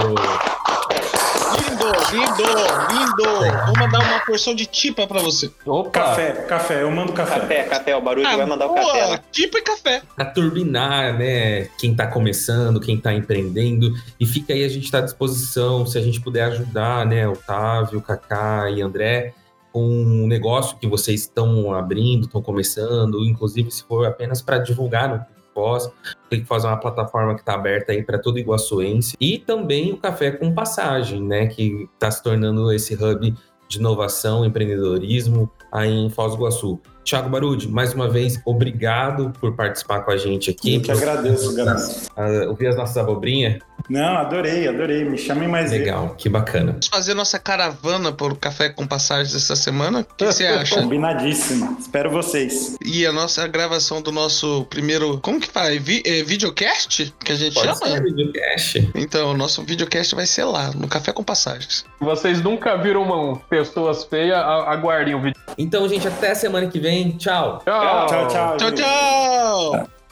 Lindo, lindo, lindo. Vou mandar uma porção de tipa pra você. Opa! Café, café, eu mando café. Café, café, o Barulho Ah, vai mandar o boa, café lá. Tipa e café. Para turbinar, né? Quem tá começando, quem tá empreendendo. E fica aí, a gente tá à disposição. Se a gente puder ajudar, né? Otávio, Kaká e André, com um negócio que vocês estão abrindo, estão começando, inclusive se for apenas para divulgar no Pós, tem que fazer uma plataforma que está aberta aí para todo iguaçuense. E também o Café com Passagem, né, que está se tornando esse hub de inovação, empreendedorismo aí em Foz do Iguaçu. Thiago Barudi, mais uma vez, obrigado por participar com a gente aqui. Eu que agradeço, galera. Uh, ouvir as nossas abobrinhas. Não, adorei, adorei. Me chamem mais vezes. Legal, que bacana. Vamos fazer nossa caravana por Café com Passagens essa semana? O que você acha? Combinadíssimo. Espero vocês. E a nossa gravação do nosso primeiro... Como que faz? Vi, é, videocast? Que a gente Pode chama? ser videocast. Então, o nosso videocast vai ser lá, no Café com Passagens. Vocês nunca viram uma, pessoas feias, a- aguardem o vídeo. Então, gente, até semana que vem. Tchau. Tchau, Tchau, tchau. Tchau, gente. tchau!